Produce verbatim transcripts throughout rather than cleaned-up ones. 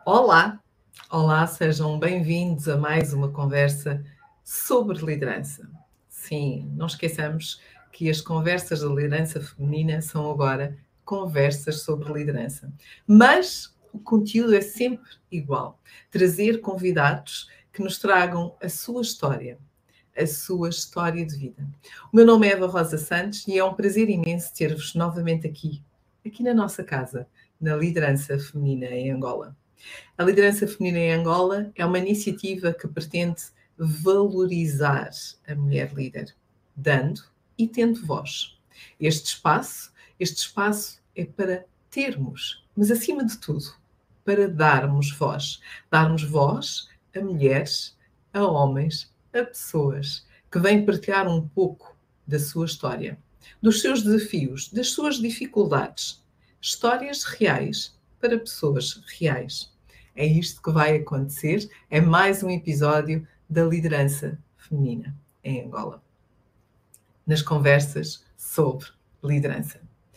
Olá, olá, sejam bem-vindos a mais uma conversa sobre liderança. Sim, não esqueçamos que as conversas da liderança feminina são agora conversas sobre liderança. Mas o conteúdo é sempre igual: trazer convidados que nos tragam a sua história, a sua história de vida. O meu nome é Eva Rosa Santos e é um prazer imenso ter-vos novamente aqui, aqui na nossa casa, na liderança feminina em Angola. A liderança feminina em Angola é uma iniciativa que pretende valorizar a mulher líder, dando e tendo voz. Este espaço, este espaço é para termos, mas acima de tudo, para darmos voz. Darmos voz a mulheres, a homens, a pessoas que vêm partilhar um pouco da sua história, dos seus desafios, das suas dificuldades. Histórias reais para pessoas reais. É isto que vai acontecer. É mais um episódio da liderança feminina em Angola. Nas conversas sobre liderança.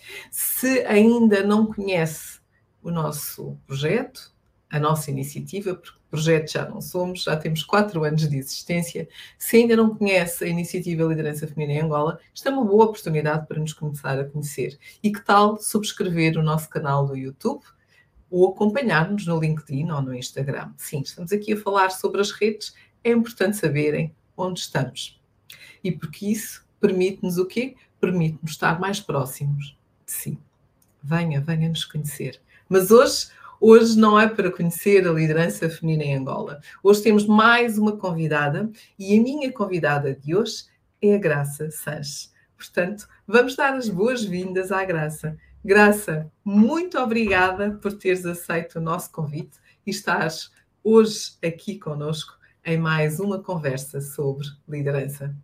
Se ainda não conhece o nosso projeto, a nossa iniciativa, porque projeto já não somos, já temos quatro anos de existência. Se ainda não conhece a iniciativa Liderança Feminina em Angola, isto é uma boa oportunidade para nos começar a conhecer. E que tal subscrever o nosso canal do YouTube? Ou acompanhar-nos no LinkedIn ou no Instagram. Sim, estamos aqui a falar sobre as redes, é importante saberem onde estamos. E porque isso permite-nos o quê? Permite-nos estar mais próximos de si. Venha, venha nos conhecer. Mas hoje, hoje não é para conhecer a liderança feminina em Angola. Hoje temos mais uma convidada e a minha convidada de hoje é a Graça Sanches. Portanto, vamos dar as boas-vindas à Graça. Graça, muito obrigada por teres aceito o nosso convite e estás hoje aqui conosco em mais uma conversa sobre liderança.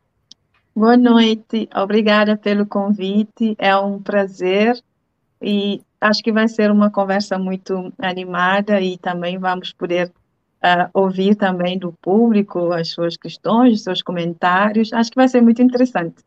Boa noite, obrigada pelo convite, é um prazer e acho que vai ser uma conversa muito animada e também vamos poder ah, ouvir também do público as suas questões, os seus comentários, acho que vai ser muito interessante.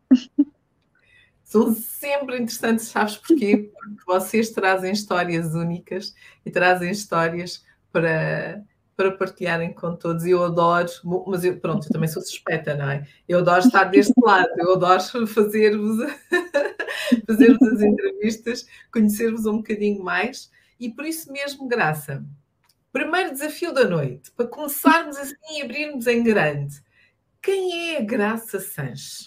São sempre interessantes, sabes porquê? Porque vocês trazem histórias únicas e trazem histórias para, para partilharem com todos. E eu adoro, mas eu, pronto, eu também sou suspeita, não é? Eu adoro estar deste lado, eu adoro fazer-vos fazer as entrevistas, conhecer-vos um bocadinho mais. E por isso mesmo, Graça, primeiro desafio da noite, para começarmos assim e abrirmos em grande. Quem é a Graça Sanches?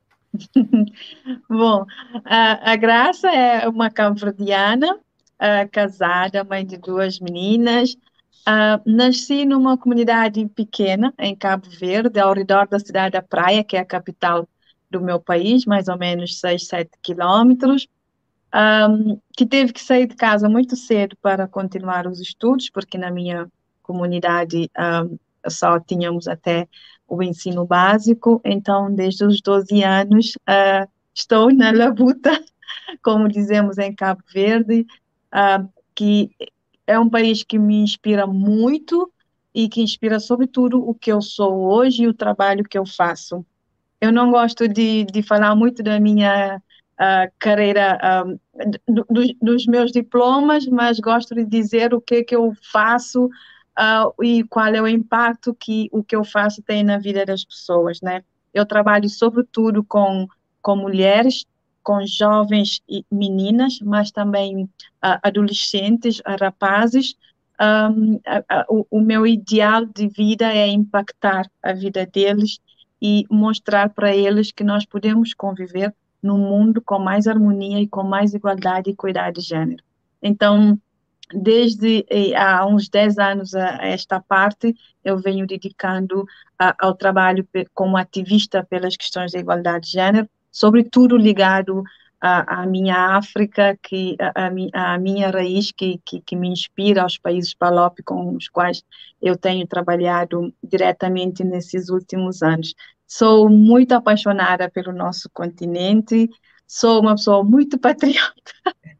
Bom, a, a Graça é uma cabo-verdiana, ah, casada, mãe de duas meninas. Ah, nasci numa comunidade pequena em Cabo Verde, ao redor da cidade da Praia, que é a capital do meu país, mais ou menos seis, sete quilômetros, um, que teve que sair de casa muito cedo para continuar os estudos, porque na minha comunidade um, só tínhamos até o ensino básico, então desde os doze anos uh, estou na labuta, como dizemos em Cabo Verde, uh, que é um país que me inspira muito e que inspira sobretudo o que eu sou hoje e o trabalho que eu faço. Eu não gosto de, de falar muito da minha ah, carreira, ah, do- dos dos meus diplomas, mas gosto de dizer o que que eu faço, ah, e qual é o impacto que o que eu faço tem na vida das pessoas, né? Eu trabalho sobretudo com, com mulheres, com jovens e meninas, mas também ah, adolescentes, ah, rapazes. Ahm, a- a- o, o meu ideal de vida é impactar a vida deles e mostrar para eles que nós podemos conviver num mundo com mais harmonia e com mais igualdade e equidade de gênero. Então, desde eh, há uns dez anos a, a esta parte, eu venho dedicando a, ao trabalho pe- como ativista pelas questões da igualdade de gênero, sobretudo ligado à, à minha África, que, a, a, mi- a minha raiz que, que, que me inspira aos países PALOP com os quais eu tenho trabalhado diretamente nesses últimos anos. Sou muito apaixonada pelo nosso continente, sou uma pessoa muito patriota.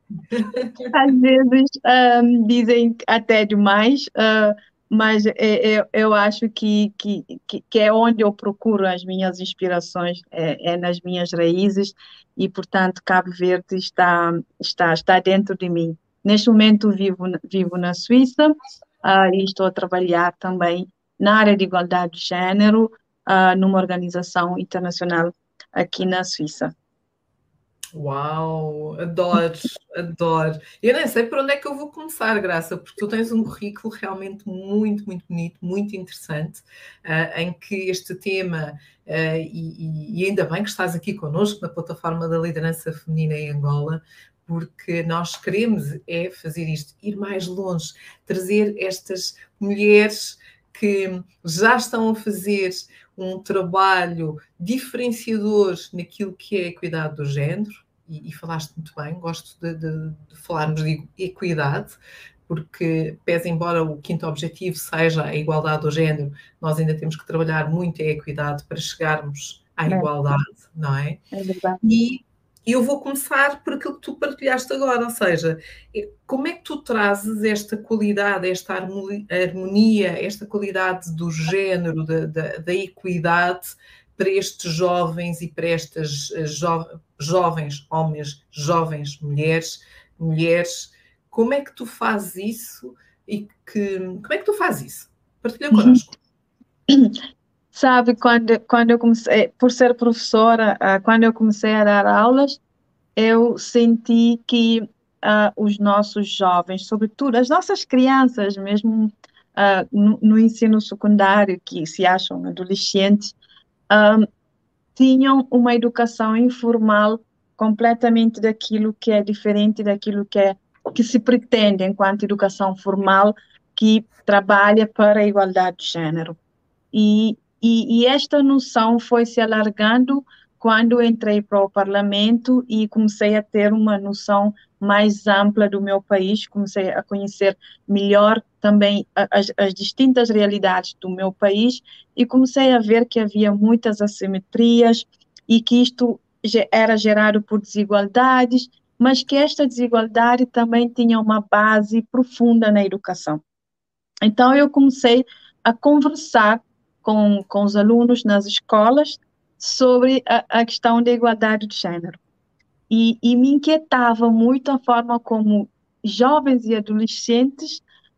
Às vezes ahm, dizem até demais, ah, mas é- é- eu acho que, que, que que é onde eu procuro as minhas inspirações, é, é nas minhas raízes, e, portanto, Cabo Verde está, está, está dentro de mim. Neste momento vivo, na- vivo na Suíça, ah, e estou a trabalhar também na área de igualdade de género, ah, numa organização internacional aqui na Suíça. Uau, adoro, adoro. Eu nem sei por onde é que eu vou começar, Graça, porque tu tens um currículo realmente muito, muito bonito, muito interessante, uh, em que este tema, uh, e, e ainda bem que estás aqui connosco na plataforma da liderança feminina em Angola, porque nós queremos é fazer isto, ir mais longe, trazer estas mulheres que já estão a fazer um trabalho diferenciador naquilo que é a equidade do género, e, e falaste muito bem, gosto de, de, de falarmos de equidade, porque, pese embora o quinto objetivo seja a igualdade do género, nós ainda temos que trabalhar muito a equidade para chegarmos à É, igualdade, não é? é verdade. E eu vou começar por aquilo que tu partilhaste agora, ou seja, como é que tu trazes esta qualidade, esta harmonia, esta qualidade do género, da, da, da equidade para estes jovens e para estas jo, jovens homens, jovens mulheres, mulheres, como é que tu fazes isso e que, como é que tu fazes isso? Partilha connosco. Sabe, quando, quando eu comecei, por ser professora, ah, quando eu comecei a dar aulas, eu senti que ah, os nossos jovens, sobretudo as nossas crianças, mesmo ah, no, no ensino secundário, que se acham adolescentes, ah, tinham uma educação informal completamente daquilo que é diferente daquilo que é que se pretende enquanto educação formal que trabalha para a igualdade de gênero. E, e, e esta noção foi se alargando quando entrei para o parlamento e comecei a ter uma noção mais ampla do meu país, comecei a conhecer melhor também as, as distintas realidades do meu país e comecei a ver que havia muitas assimetrias e que isto era gerado por desigualdades, mas que esta desigualdade também tinha uma base profunda na educação. Então, eu comecei a conversar com, com os alunos nas escolas sobre a, a questão da igualdade de gênero. E, e me inquietava muito a forma como jovens e adolescentes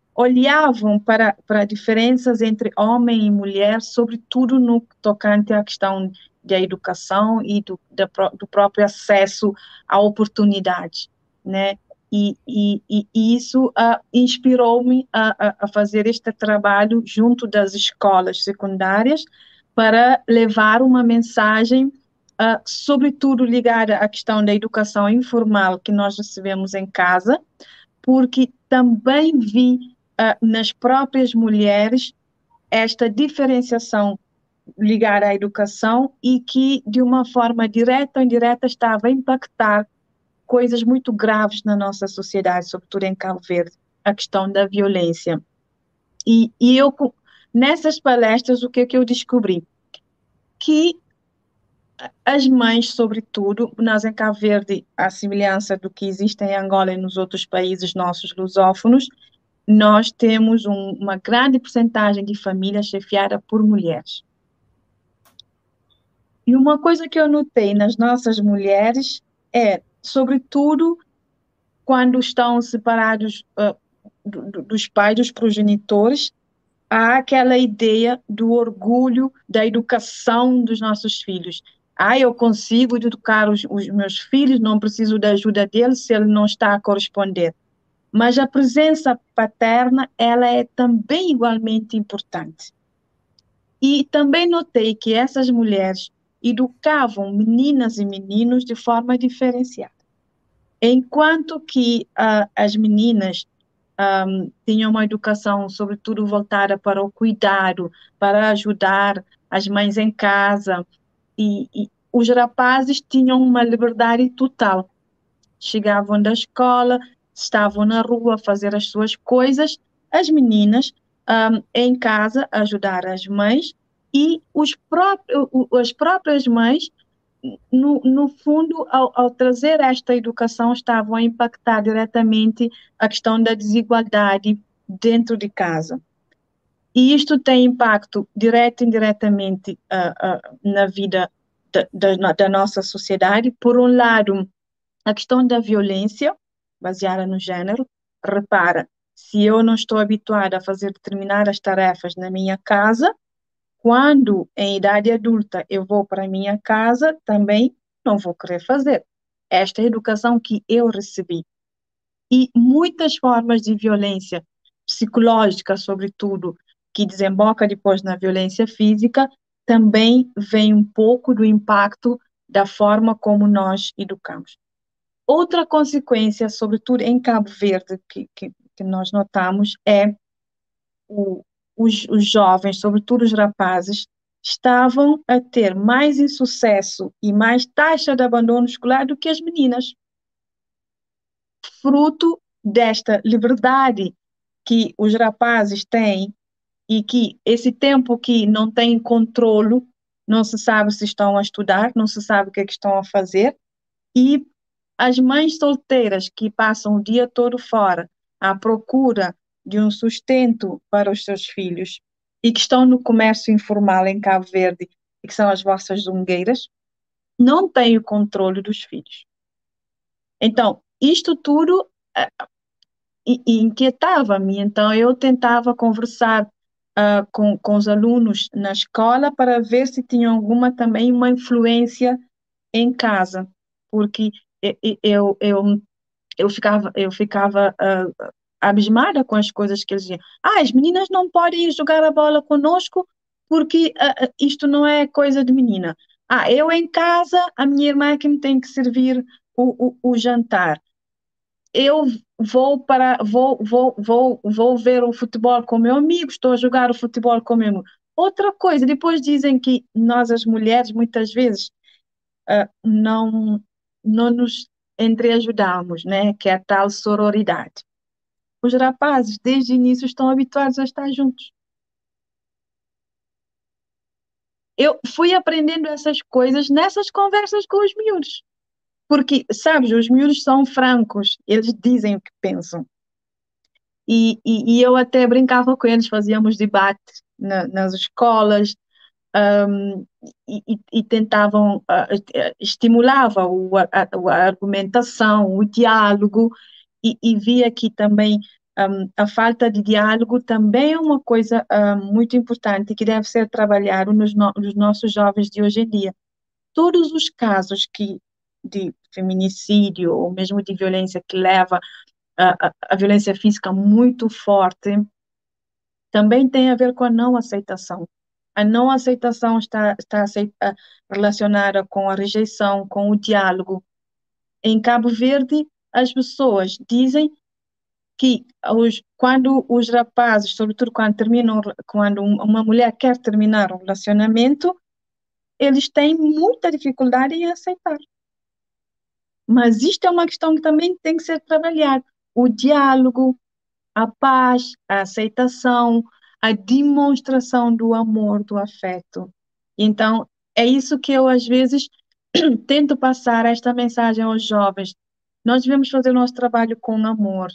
olhavam para, para diferenças entre homem e mulher, sobretudo no tocante à questão da educação e do, da, do próprio acesso à oportunidade, né? E, e, e isso uh, inspirou-me a, a fazer este trabalho junto das escolas secundárias para levar uma mensagem, uh, sobretudo ligada à questão da educação informal que nós recebemos em casa, porque também vi uh, nas próprias mulheres esta diferenciação ligada à educação e que, de uma forma direta ou indireta, estava a impactar coisas muito graves na nossa sociedade, sobretudo em Cabo Verde, a questão da violência. E, e eu, nessas palestras, o que é que eu descobri? Que as mães, sobretudo, nós em Cabo Verde, à semelhança do que existe em Angola e nos outros países nossos lusófonos, nós temos um, uma grande porcentagem de famílias chefiada por mulheres. E uma coisa que eu notei nas nossas mulheres é, sobretudo, quando estão separados uh, do, dos pais, dos progenitores, há aquela ideia do orgulho da educação dos nossos filhos. Ah, eu consigo educar os, os meus filhos, não preciso da ajuda deles se ele não está a corresponder. Mas a presença paterna, ela é também igualmente importante. E também notei que essas mulheres educavam meninas e meninos de forma diferenciada. Enquanto que uh, as meninas um, tinham uma educação, sobretudo, voltada para o cuidado, para ajudar as mães em casa, e, e os rapazes tinham uma liberdade total. Chegavam da escola, estavam na rua a fazer as suas coisas, as meninas um, em casa a ajudar as mães, e os próprios, as próprias mães No, no fundo, ao, ao trazer esta educação, estavam a impactar diretamente a questão da desigualdade dentro de casa. E isto tem impacto direto e indiretamente uh, uh, na vida da, da, da nossa sociedade. Por um lado, a questão da violência baseada no género. Repara, se eu não estou habituada a fazer determinadas tarefas na minha casa, quando em idade adulta eu vou para a minha casa, também não vou querer fazer. Esta é a educação que eu recebi. E muitas formas de violência psicológica, sobretudo, que desemboca depois na violência física, também vem um pouco do impacto da forma como nós educamos. Outra consequência, sobretudo em Cabo Verde, que, que, que nós notamos, é o, os, os jovens, sobretudo os rapazes, estavam a ter mais insucesso e mais taxa de abandono escolar do que as meninas, fruto desta liberdade que os rapazes têm e que esse tempo que não tem controlo, não se sabe se estão a estudar, não se sabe o que é que estão a fazer, e as mães solteiras que passam o dia todo fora à procura de um sustento para os seus filhos e que estão no comércio informal em Cabo Verde, e que são as vossas zungueiras, não têm o controle dos filhos. Então, isto tudo uh, inquietava-me, então eu tentava conversar uh, com, com os alunos na escola para ver se tinham alguma também uma influência em casa, porque eu, eu, eu ficava, eu ficava uh, abismada com as coisas que eles diziam. Ah, as meninas não podem ir jogar a bola conosco porque uh, isto não é coisa de menina. Ah, eu em casa, a minha irmã é que me tem que servir o, o, o jantar. Eu vou para vou, vou, vou, vou ver o futebol com meu amigo, estou a jogar o futebol com meu amigo. Outra coisa, depois dizem que nós, as mulheres, muitas vezes uh, não, não nos entreajudamos, né? Que é a tal sororidade. Os rapazes, desde o início, estão habituados a estar juntos. Eu fui aprendendo essas coisas nessas conversas com os miúdos. Porque, sabes, os miúdos são francos, eles dizem o que pensam. E, e, e eu até brincava com eles, fazíamos debate na, nas escolas, um, e, e, e tentavam, uh, estimulava o, a, a argumentação, o diálogo, e, e via que também um, a falta de diálogo também é uma coisa um, muito importante que deve ser trabalhado nos, no, nos nossos jovens de hoje em dia. Todos os casos que, de feminicídio ou mesmo de violência que leva a, a, a violência física muito forte também tem a ver com a não aceitação. A não aceitação está, está aceita, relacionada com a rejeição, com o diálogo. Em Cabo Verde, as pessoas dizem que os, quando os rapazes, sobretudo quando terminam, quando uma mulher quer terminar um relacionamento, eles têm muita dificuldade em aceitar. Mas isto é uma questão que também tem que ser trabalhada. O diálogo, a paz, a aceitação, a demonstração do amor, do afeto. Então, é isso que eu, às vezes, tento passar esta mensagem aos jovens. Nós devemos fazer o nosso trabalho com amor.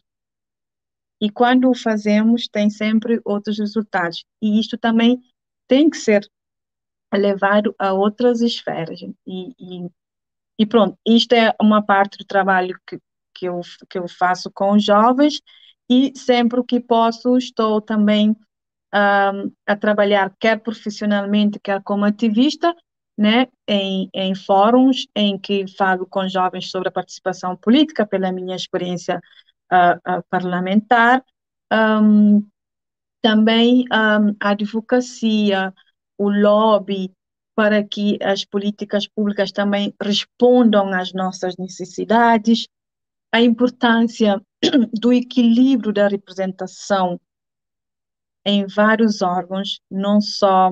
E quando o fazemos, tem sempre outros resultados. E isto também tem que ser levado a outras esferas. E, e, e pronto, isto é uma parte do trabalho que, que, eu, que eu faço com os jovens. E sempre que posso, estou também um, a trabalhar, quer profissionalmente, quer como ativista, né, em, em fóruns em que falo com jovens sobre a participação política, pela minha experiência uh, uh, parlamentar. Um, também um, a advocacia, o lobby, para que as políticas públicas também respondam às nossas necessidades, a importância do equilíbrio da representação em vários órgãos, não só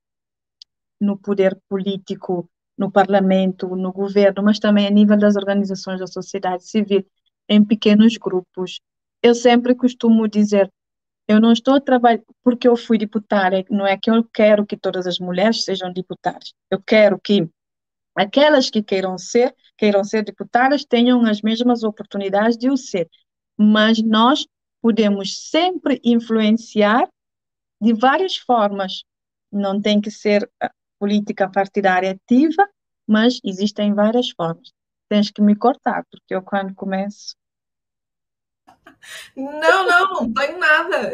no poder político, no parlamento, no governo, mas também a nível das organizações da sociedade civil, em pequenos grupos. Eu sempre costumo dizer, eu não estou a trabalhar porque eu fui deputada, não é que eu quero que todas as mulheres sejam deputadas. Eu quero que aquelas que queiram ser, queiram ser deputadas tenham as mesmas oportunidades de o ser. Mas nós podemos sempre influenciar de várias formas. Não tem que ser política partidária ativa, mas existem várias formas. Tens que me cortar, porque eu quando começo... Não, não, não tenho nada.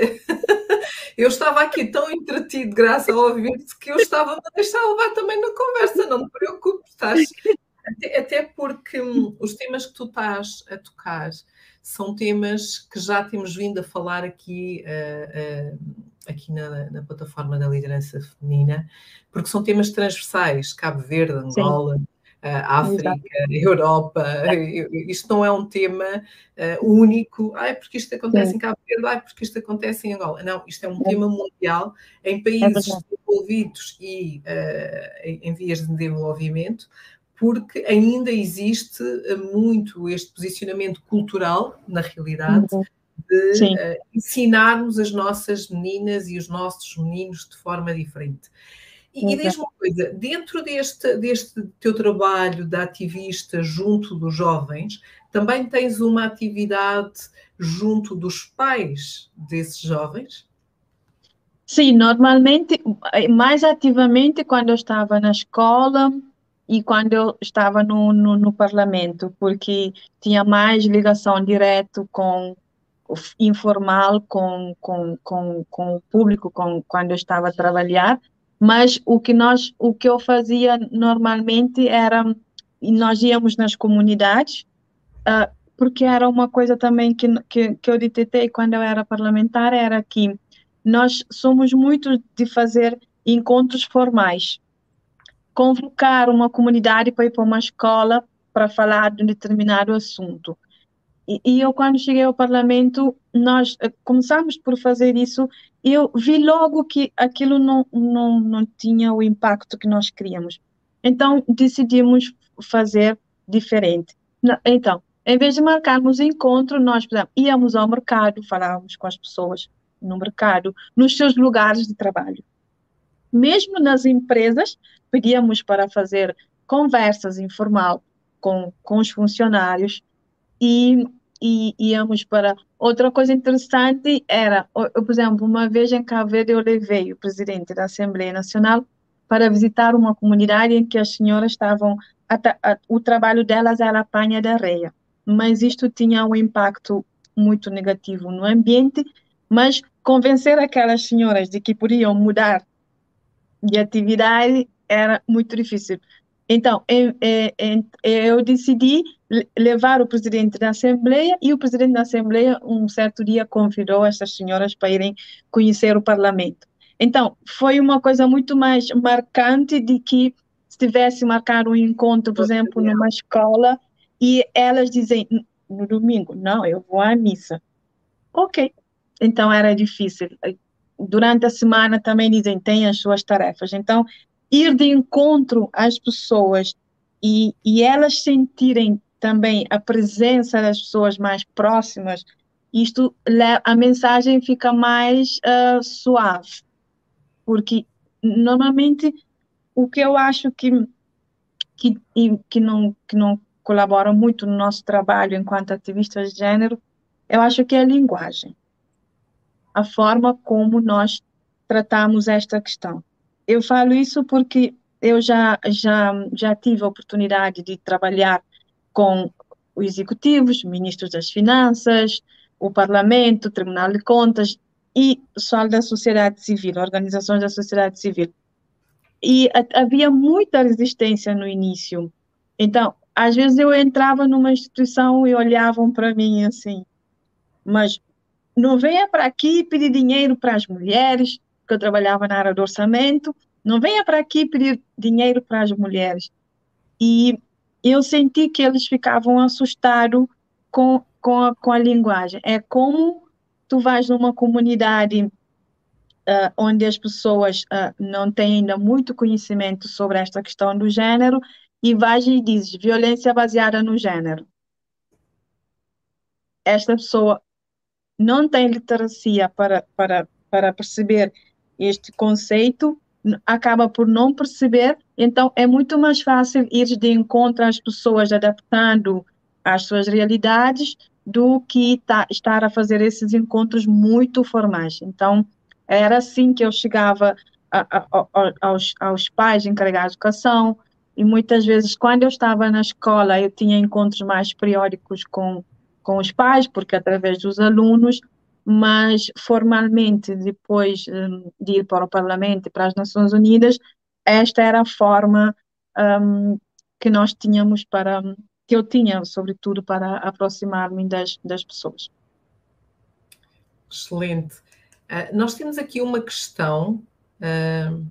Eu estava aqui tão entretido, graças ao ouvir-te, que eu estava a deixar levar também na conversa, não te preocupes, estás. Até, até porque hum, os temas que tu estás a tocar são temas que já temos vindo a falar aqui, uh, uh, aqui na, na plataforma da liderança feminina, porque são temas transversais, Cabo Verde, Sim, Angola, uh, África, exato. Europa. Isto não é um tema uh, único, ai, porque isto acontece Sim, em Cabo Verde, ai, porque isto acontece em Angola. Não, isto é um é, tema mundial em é países verdade. desenvolvidos e uh, em, em vias de desenvolvimento, porque ainda existe muito este posicionamento cultural, na realidade, Uhum. de Sim, uh, ensinarmos as nossas meninas e os nossos meninos de forma diferente. E, e exato. diz-me uma coisa, dentro deste, deste teu trabalho de ativista junto dos jovens, também tens uma atividade junto dos pais desses jovens? Sim, normalmente, eh, mais ativamente quando eu estava na escola e quando eu estava no, no, no parlamento, porque tinha mais ligação direto com o f- informal, com, com, com, com o público, com, quando eu estava a trabalhar, mas o que nós, o que eu fazia normalmente era, e nós íamos nas comunidades, ah, porque era uma coisa também que, que, que eu detetei quando eu era parlamentar, era que nós somos muito de fazer encontros formais, convocar uma comunidade para ir para uma escola para falar de um determinado assunto. E, e eu, quando cheguei ao parlamento, nós eh, começamos por fazer isso, e eu vi logo que aquilo não, não, não tinha o impacto que nós queríamos. Então, decidimos fazer diferente. Na- Então, em vez de marcarmos encontro, nós, por exemplo, íamos ao mercado, falávamos com as pessoas no mercado, nos seus lugares de trabalho. Mesmo nas empresas, pedíamos para fazer conversas informal com, com os funcionários, e, e íamos para. Outra coisa interessante era, o- por exemplo, uma vez em Cabo Verde eu levei o presidente da Assembleia Nacional para visitar uma comunidade em que as senhoras estavam, a ta- a- o trabalho delas era apanha de areia, mas isto tinha um impacto muito negativo no ambiente, mas convencer aquelas senhoras de que podiam mudar de atividade era muito difícil. Então, eu, eh, eh, eu decidi le- levar o presidente da Assembleia, e o presidente da Assembleia, um certo dia, convidou essas senhoras para irem conhecer o parlamento. Então, foi uma coisa muito mais marcante de que se tivesse marcado um encontro, por exemplo, numa escola, e elas dizem, no domingo, não, eu vou à missa. Ok. Então era difícil. Durante a semana também dizem, tem as suas tarefas. Então, ir de encontro às pessoas e, e elas sentirem também a presença das pessoas mais próximas, isto, le- a mensagem fica mais ah, suave. Porque normalmente o que eu acho que, que, e que não, que não colabora muito no nosso trabalho enquanto ativistas de gênero, eu acho que é a linguagem, a forma como nós tratamos esta questão. Eu falo isso porque eu já, já, já tive a oportunidade de trabalhar com os executivos, ministros das Finanças, o Parlamento, o Tribunal de Contas e pessoal da sociedade civil, organizações da sociedade civil. E a- havia muita resistência no início. Então, às vezes eu entrava numa instituição e olhavam para mim assim, mas não venha para aqui pedir dinheiro para as mulheres, porque eu trabalhava na área do orçamento, não venha para aqui pedir dinheiro para as mulheres. E eu senti que eles ficavam assustados com, com a, com a linguagem. É como tu vais numa comunidade ah, onde as pessoas ah, não têm ainda muito conhecimento sobre esta questão do gênero, e vais e dizes violência baseada no gênero. Esta pessoa não tem literacia para, para, para perceber este conceito, n- acaba por não perceber, então é muito mais fácil ir de encontro às pessoas, adaptando às suas realidades, do que tá, estar a fazer esses encontros muito formais. Então, era assim que eu chegava a- a- a- aos, aos pais encarregados de educação, e muitas vezes, quando eu estava na escola, eu tinha encontros mais periódicos com com os pais, porque através dos alunos, mas formalmente, depois um, de ir para o Parlamento e para as Nações Unidas, esta era a forma um, que nós tínhamos para, que eu tinha, sobretudo, para aproximar-me das, das pessoas. Excelente. Uh, nós temos aqui uma questão uh,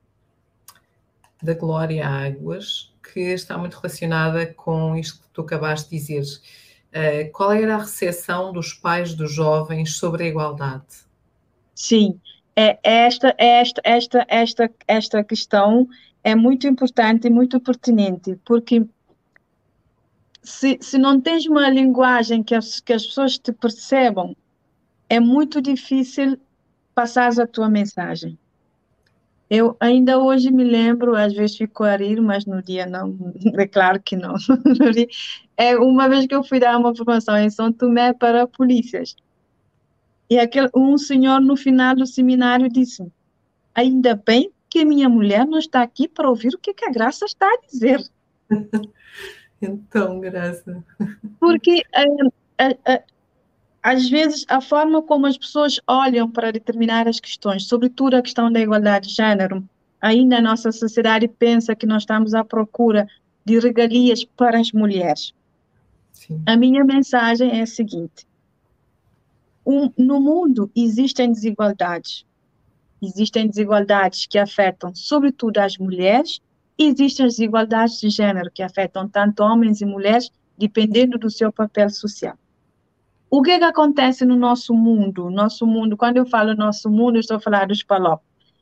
da Glória Águas, que está muito relacionada com isto que tu acabaste de dizer. Uh, qual era a recepção dos pais dos jovens sobre a igualdade? Sim, é esta, esta, esta, esta, esta questão é muito importante e muito pertinente, porque se, se não tens uma linguagem que as, que as pessoas te percebam, é muito difícil passar a tua mensagem. Eu ainda hoje me lembro, às vezes fico a rir, mas no dia não, é claro que não. É uma vez que eu fui dar uma formação em São Tomé para polícias. E aquele, um senhor, no final do seminário, disse: ainda bem que minha mulher não está aqui para ouvir o que, que a Graça está a dizer. Então, Graça. Porque, é, é, é, às vezes, a forma como as pessoas olham para determinadas questões, sobretudo a questão da igualdade de género, ainda a nossa sociedade pensa que nós estamos à procura de regalias para as mulheres. Sim. A minha mensagem é a seguinte: um, no mundo existem desigualdades. Existem desigualdades que afetam, sobretudo, as mulheres, e existem as desigualdades de gênero, que afetam tanto homens e mulheres, dependendo do seu papel social. O que, que acontece no nosso mundo? Nosso mundo, quando eu falo nosso mundo, eu estou falando dos Palop.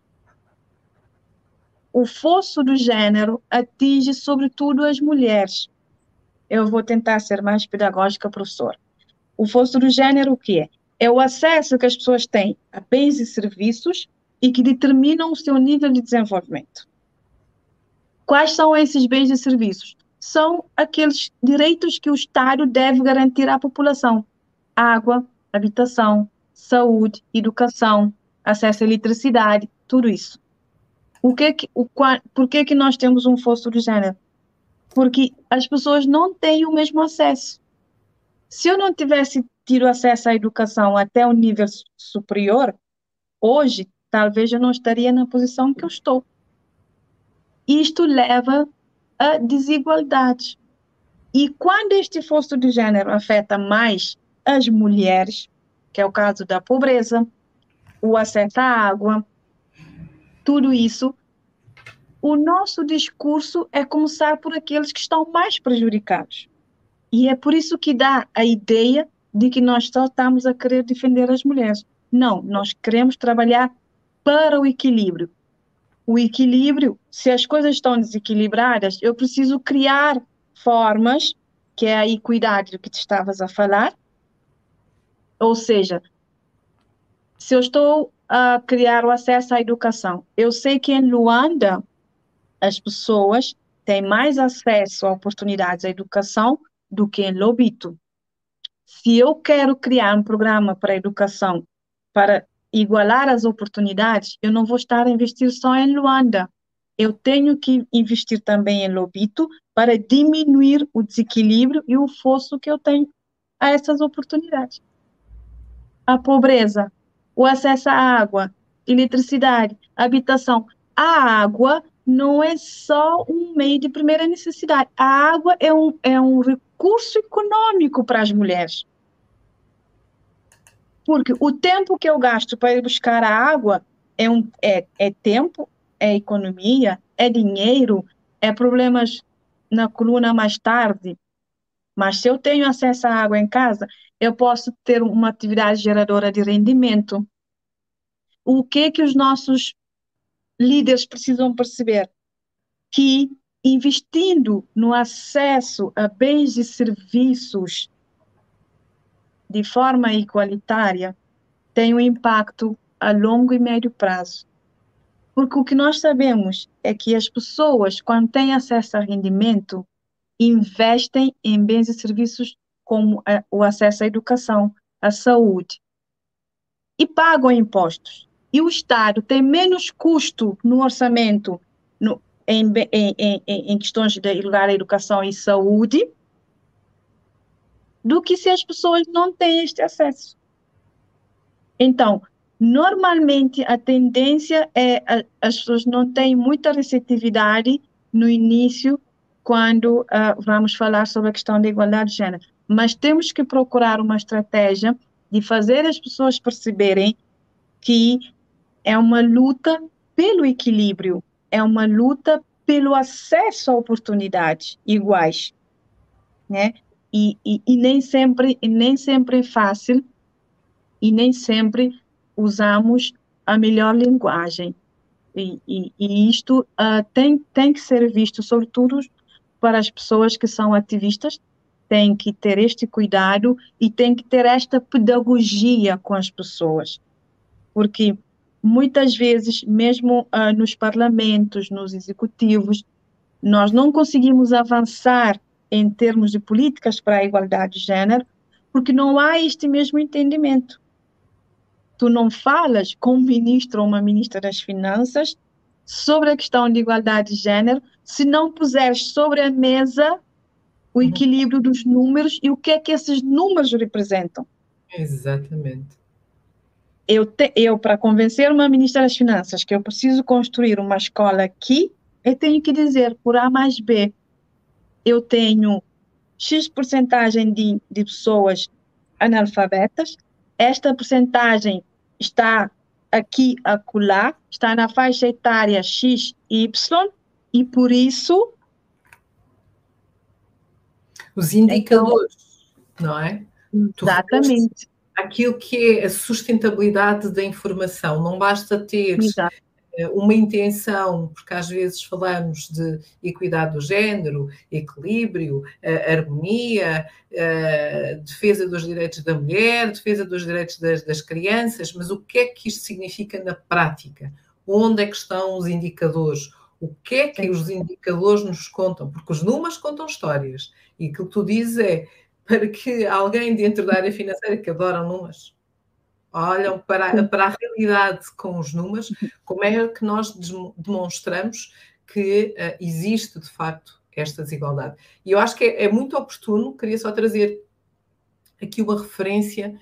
O fosso do gênero atinge, sobretudo, as mulheres. Eu vou tentar ser mais pedagógica, professor. O fosso do gênero, o que é? É o acesso que as pessoas têm a bens e serviços e que determinam o seu nível de desenvolvimento. Quais são esses bens e serviços? São aqueles direitos que o Estado deve garantir à população: água, habitação, saúde, educação, acesso à eletricidade, tudo isso. O que que, o, por que que nós temos um fosso de gênero? Porque as pessoas não têm o mesmo acesso. Se eu não tivesse tido acesso à educação até o nível superior, hoje, talvez eu não estaria na posição que eu estou. Isto leva a desigualdade. E quando este fosso de gênero afeta mais as mulheres, que é o caso da pobreza, o acesso à água, tudo isso, o nosso discurso é começar por aqueles que estão mais prejudicados. E é por isso que dá a ideia de que nós só estamos a querer defender as mulheres. Não, nós queremos trabalhar para o equilíbrio. O equilíbrio, se as coisas estão desequilibradas, eu preciso criar formas, que é a equidade do que te estavas a falar. Ou seja, se eu estou a criar o acesso à educação, eu sei que em Luanda as pessoas têm mais acesso a oportunidades à educação do que em Lobito. Se eu quero criar um programa para a educação, para igualar as oportunidades, eu não vou estar a investir só em Luanda. Eu tenho que investir também em Lobito para diminuir o desequilíbrio e o fosso que eu tenho a essas oportunidades. A pobreza, o acesso à água, eletricidade, habitação. A água não é só um meio de primeira necessidade. A água é um, é um recurso econômico para as mulheres. Porque o tempo que eu gasto para ir buscar a água é, um, é, é tempo, é economia, é dinheiro, é problemas na coluna mais tarde. Mas se eu tenho acesso à água em casa, eu posso ter uma atividade geradora de rendimento. O que que os nossos líderes precisam perceber? Que investindo no acesso a bens e serviços de forma igualitária tem um impacto a longo e médio prazo. Porque o que nós sabemos é que as pessoas, quando têm acesso a rendimento, investem em bens e serviços como a, o acesso à educação, à saúde, e pagam impostos. E o Estado tem menos custo no orçamento no, em, em, em, em questões de lugar à educação e saúde, do que se as pessoas não têm este acesso. Então, normalmente a tendência é a, as pessoas não têm muita receptividade no início quando uh, vamos falar sobre a questão da igualdade de gênero. Mas temos que procurar uma estratégia de fazer as pessoas perceberem que é uma luta pelo equilíbrio, é uma luta pelo acesso a oportunidades iguais, né? E, e, e nem sempre, e nem sempre é fácil, e nem sempre usamos a melhor linguagem. E, e, e isto uh, tem, tem que ser visto, sobretudo para as pessoas que são ativistas, tem que ter este cuidado e tem que ter esta pedagogia com as pessoas. Porque muitas vezes, mesmo uh, nos parlamentos, nos executivos, nós não conseguimos avançar em termos de políticas para a igualdade de gênero, porque não há este mesmo entendimento. Tu não falas com um ministro ou uma ministra das Finanças sobre a questão de igualdade de gênero se não puseres sobre a mesa o equilíbrio dos números e o que é que esses números representam. Exatamente. Eu, te, eu para convencer uma ministra das Finanças que eu preciso construir uma escola aqui, eu tenho que dizer, por A mais B, eu tenho X porcentagem de, de pessoas analfabetas, esta porcentagem está aqui, acolá, está na faixa etária X, Y, e por isso... Os indicadores, então, não é? Exatamente. Aquilo que é a sustentabilidade da informação, não basta ter Exato. uma intenção, porque às vezes falamos de equidade do género, equilíbrio, harmonia, defesa dos direitos da mulher, defesa dos direitos das, das crianças, mas o que é que isto significa na prática? Onde é que estão os indicadores? O que é que Sim. os indicadores nos contam? Porque os números contam histórias. E aquilo que tu dizes é, para que alguém dentro da área financeira que adora números, olham para, para a realidade com os números, como é que nós demonstramos que uh, existe, de facto, esta desigualdade. E eu acho que é, é muito oportuno, queria só trazer aqui uma referência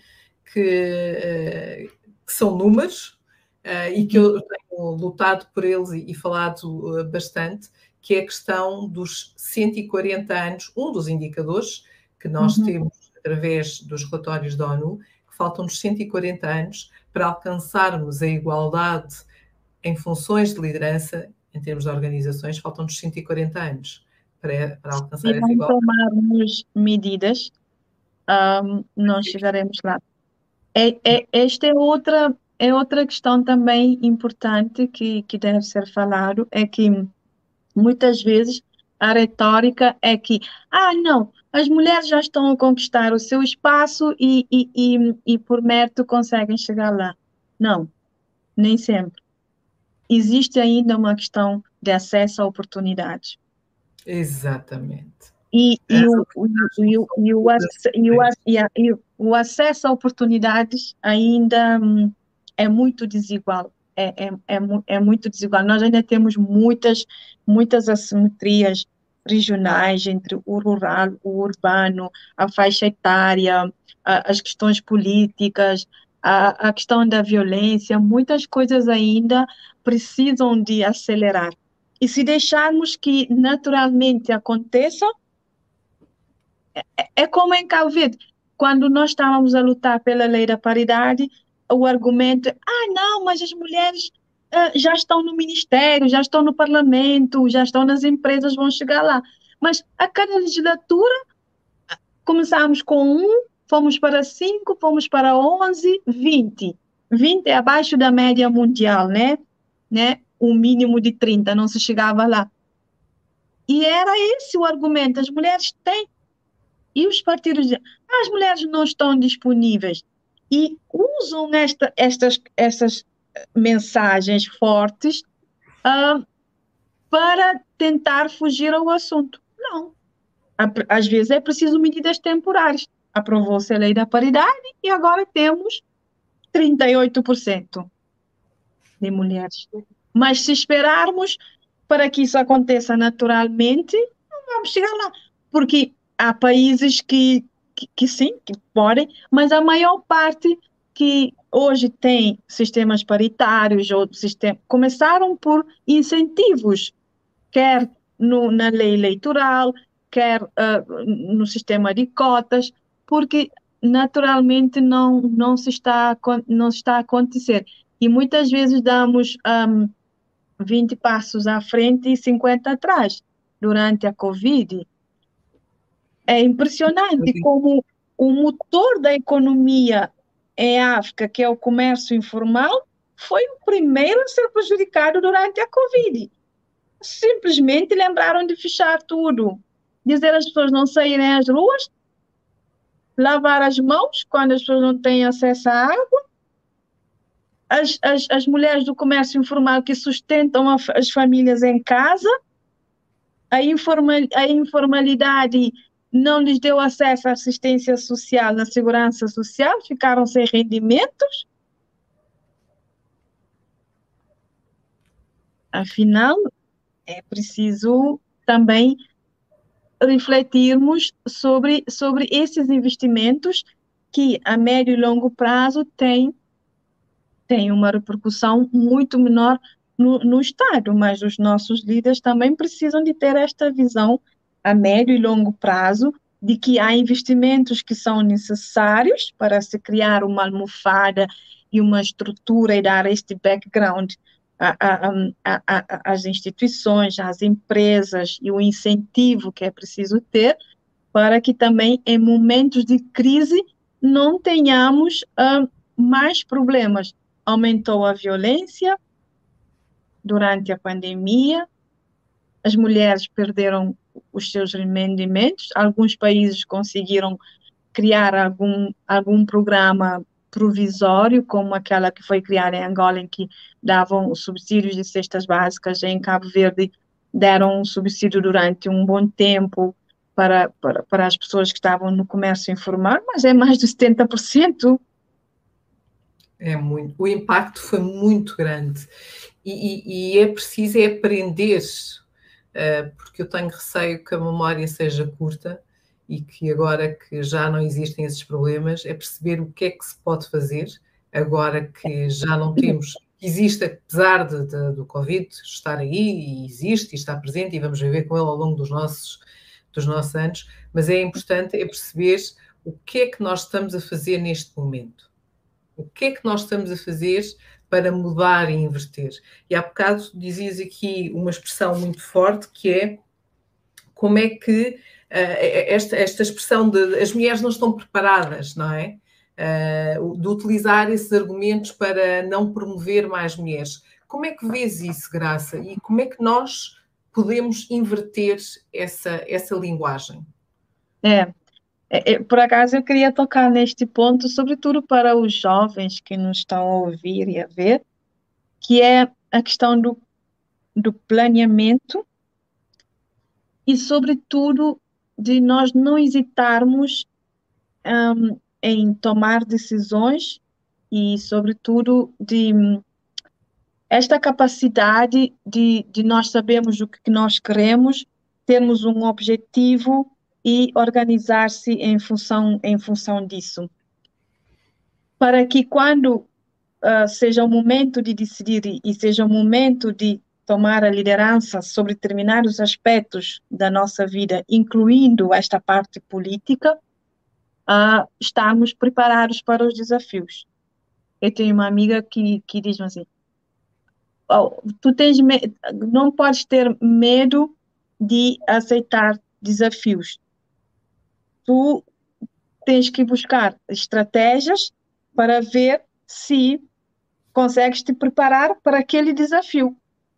que, uh, que são números, uh, e que eu tenho lutado por eles e, e falado uh, bastante, que é a questão dos cento e quarenta anos, um dos indicadores que nós uhum. temos através dos relatórios da ONU, faltam-nos cento e quarenta anos para alcançarmos a igualdade em funções de liderança, em termos de organizações, faltam-nos cento e quarenta anos para, para alcançar essa igualdade. Se não tomarmos medidas, um, não chegaremos lá. É, é, esta é outra, é outra questão também importante que, que deve ser falado, é que muitas vezes a retórica é que, ah, não, as mulheres já estão a conquistar o seu espaço e, e, e, e por mérito conseguem chegar lá. Não, nem sempre. Existe ainda uma questão de acesso a oportunidades. Exatamente. E, e, o, e, o, e, o, e, o, e o acesso a oportunidades ainda hum, é muito desigual. É, é, é, é muito desigual. Nós ainda temos muitas, muitas assimetrias regionais entre o rural, o urbano, a faixa etária, a, as questões políticas, a, a questão da violência. Muitas coisas ainda precisam de acelerar. E se deixarmos que naturalmente aconteça, é, é como em Cabo Verde. Quando nós estávamos a lutar pela lei da paridade, o argumento é, ah, não, mas as mulheres uh, já estão no ministério, já estão no parlamento, já estão nas empresas, vão chegar lá. Mas a cada legislatura, começámos com um, fomos para cinco, fomos para onze, vinte. vinte é abaixo da média mundial, né? né? Um mínimo de trinta, não se chegava lá. E era esse o argumento, as mulheres têm. E os partidos dizem, ah, as mulheres não estão disponíveis. E usam esta, estas, estas mensagens fortes uh, para tentar fugir ao assunto. Não. Às vezes é preciso medidas temporárias. Aprovou-se a lei da paridade e agora temos trinta e oito por cento de mulheres. Mas se esperarmos para que isso aconteça naturalmente, não vamos chegar lá. Porque há países que, que, que sim, que podem, mas a maior parte que hoje tem sistemas paritários ou sistema, começaram por incentivos, quer no, na lei eleitoral, quer uh, no sistema de cotas, porque naturalmente não, não, se está, não se está a acontecer. E muitas vezes damos um, vinte passos à frente e cinquenta atrás durante a Covid. É impressionante como o motor da economia em África, que é o comércio informal, foi o primeiro a ser prejudicado durante a Covid. Simplesmente lembraram de fechar tudo, dizer às pessoas não saírem às ruas, lavar as mãos quando as pessoas não têm acesso à água. As, as, as mulheres do comércio informal que sustentam a, as famílias em casa, a, informal, a informalidade não lhes deu acesso à assistência social, na segurança social, ficaram sem rendimentos. Afinal, é preciso também refletirmos sobre, sobre esses investimentos que a médio e longo prazo têm, têm uma repercussão muito menor no, no Estado, mas os nossos líderes também precisam de ter esta visão a médio e longo prazo de que há investimentos que são necessários para se criar uma almofada e uma estrutura e dar este background às instituições, às empresas e o incentivo que é preciso ter para que também em momentos de crise não tenhamos uh, mais problemas. Aumentou a violência durante a pandemia, as mulheres perderam os seus rendimentos, alguns países conseguiram criar algum, algum programa provisório, como aquela que foi criada em Angola, em que davam os subsídios de cestas básicas, em Cabo Verde deram um subsídio durante um bom tempo para, para, para as pessoas que estavam no comércio informal, mas é mais de setenta por cento. É muito. O impacto foi muito grande. E, e, e é preciso é aprender, uh, porque eu tenho receio que a memória seja curta e que agora que já não existem esses problemas, é perceber o que é que se pode fazer, agora que já não temos, existe, apesar de, de, do Covid estar aí, e existe, e está presente, e vamos viver com ele ao longo dos nossos, dos nossos anos, mas é importante é perceber o que é que nós estamos a fazer neste momento. O que é que nós estamos a fazer para mudar e inverter? E há bocado dizias aqui uma expressão muito forte, que é como é que uh, esta, esta expressão de as mulheres não estão preparadas, não é? Uh, de utilizar esses argumentos para não promover mais mulheres. Como é que vês isso, Graça? E como é que nós podemos inverter essa, essa linguagem? É, é, por acaso eu queria tocar neste ponto, sobretudo para os jovens que nos estão a ouvir e a ver, que é a questão do, do planeamento e, sobretudo, de nós não hesitarmos um, em tomar decisões e, sobretudo, de esta capacidade de, de nós sabermos o que nós queremos, termos um objetivo e organizar-se em função, em função disso. Para que quando uh, seja o momento de decidir e seja o momento de tomar a liderança sobre determinados aspectos da nossa vida, incluindo esta parte política, uh, estarmos preparados para os desafios. Eu tenho uma amiga que, que diz assim, oh, tu tens não podes ter medo de aceitar desafios. Tu tens que buscar estratégias para ver se consegues te preparar para aquele desafio.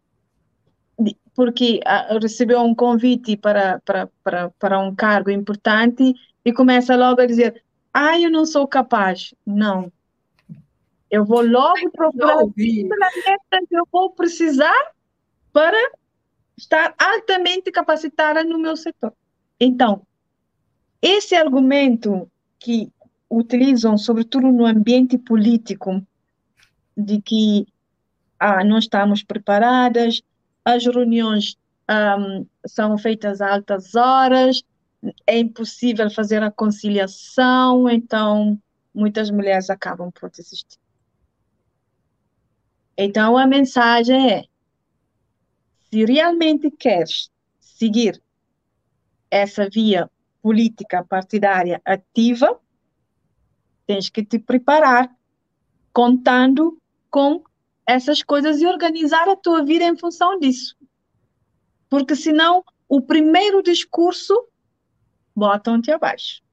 Porque ah, recebeu um convite para, para, para, para um cargo importante e começa logo a dizer, ah, eu não sou capaz. Não. Eu vou logo procurar as ferramentas que eu vou precisar para estar altamente capacitada no meu setor. Então, esse argumento que utilizam, sobretudo no ambiente político, de que ah, não estamos preparadas, as reuniões um, são feitas a altas horas, é impossível fazer a conciliação, então muitas mulheres acabam por desistir. Então a mensagem é: se realmente queres seguir essa via política partidária ativa, tens que te preparar, contando com essas coisas e organizar a tua vida em função disso. Porque senão, o primeiro discurso botam-te abaixo.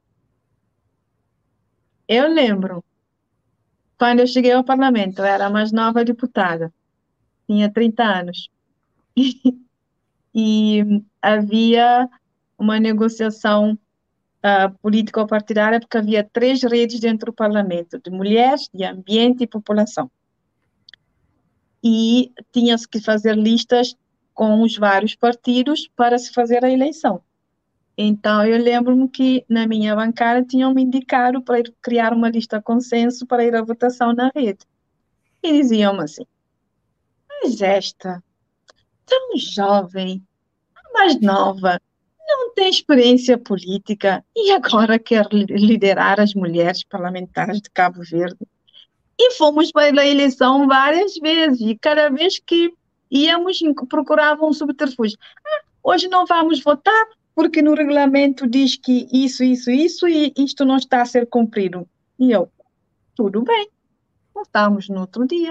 Eu lembro, quando eu cheguei ao parlamento, eu era a mais nova deputada, tinha trinta anos, e havia uma negociação uh, político-partidária, porque havia três redes dentro do parlamento, de mulheres, de ambiente e população. E tinha-se que fazer listas com os vários partidos para se fazer a eleição. Então, eu lembro-me que na minha bancada tinham-me indicado para ir criar uma lista consenso para ir à votação na rede. E diziam-me assim: mas esta, tão jovem, mais nova, não tem experiência política e agora quer liderar as mulheres parlamentares de Cabo Verde. E fomos para a eleição várias vezes, e cada vez que íamos, procuravam um subterfúgio. Ah, hoje não vamos votar, porque no regulamento diz que isso, isso, isso, e isto não está a ser cumprido. E eu, tudo bem, votamos no outro dia.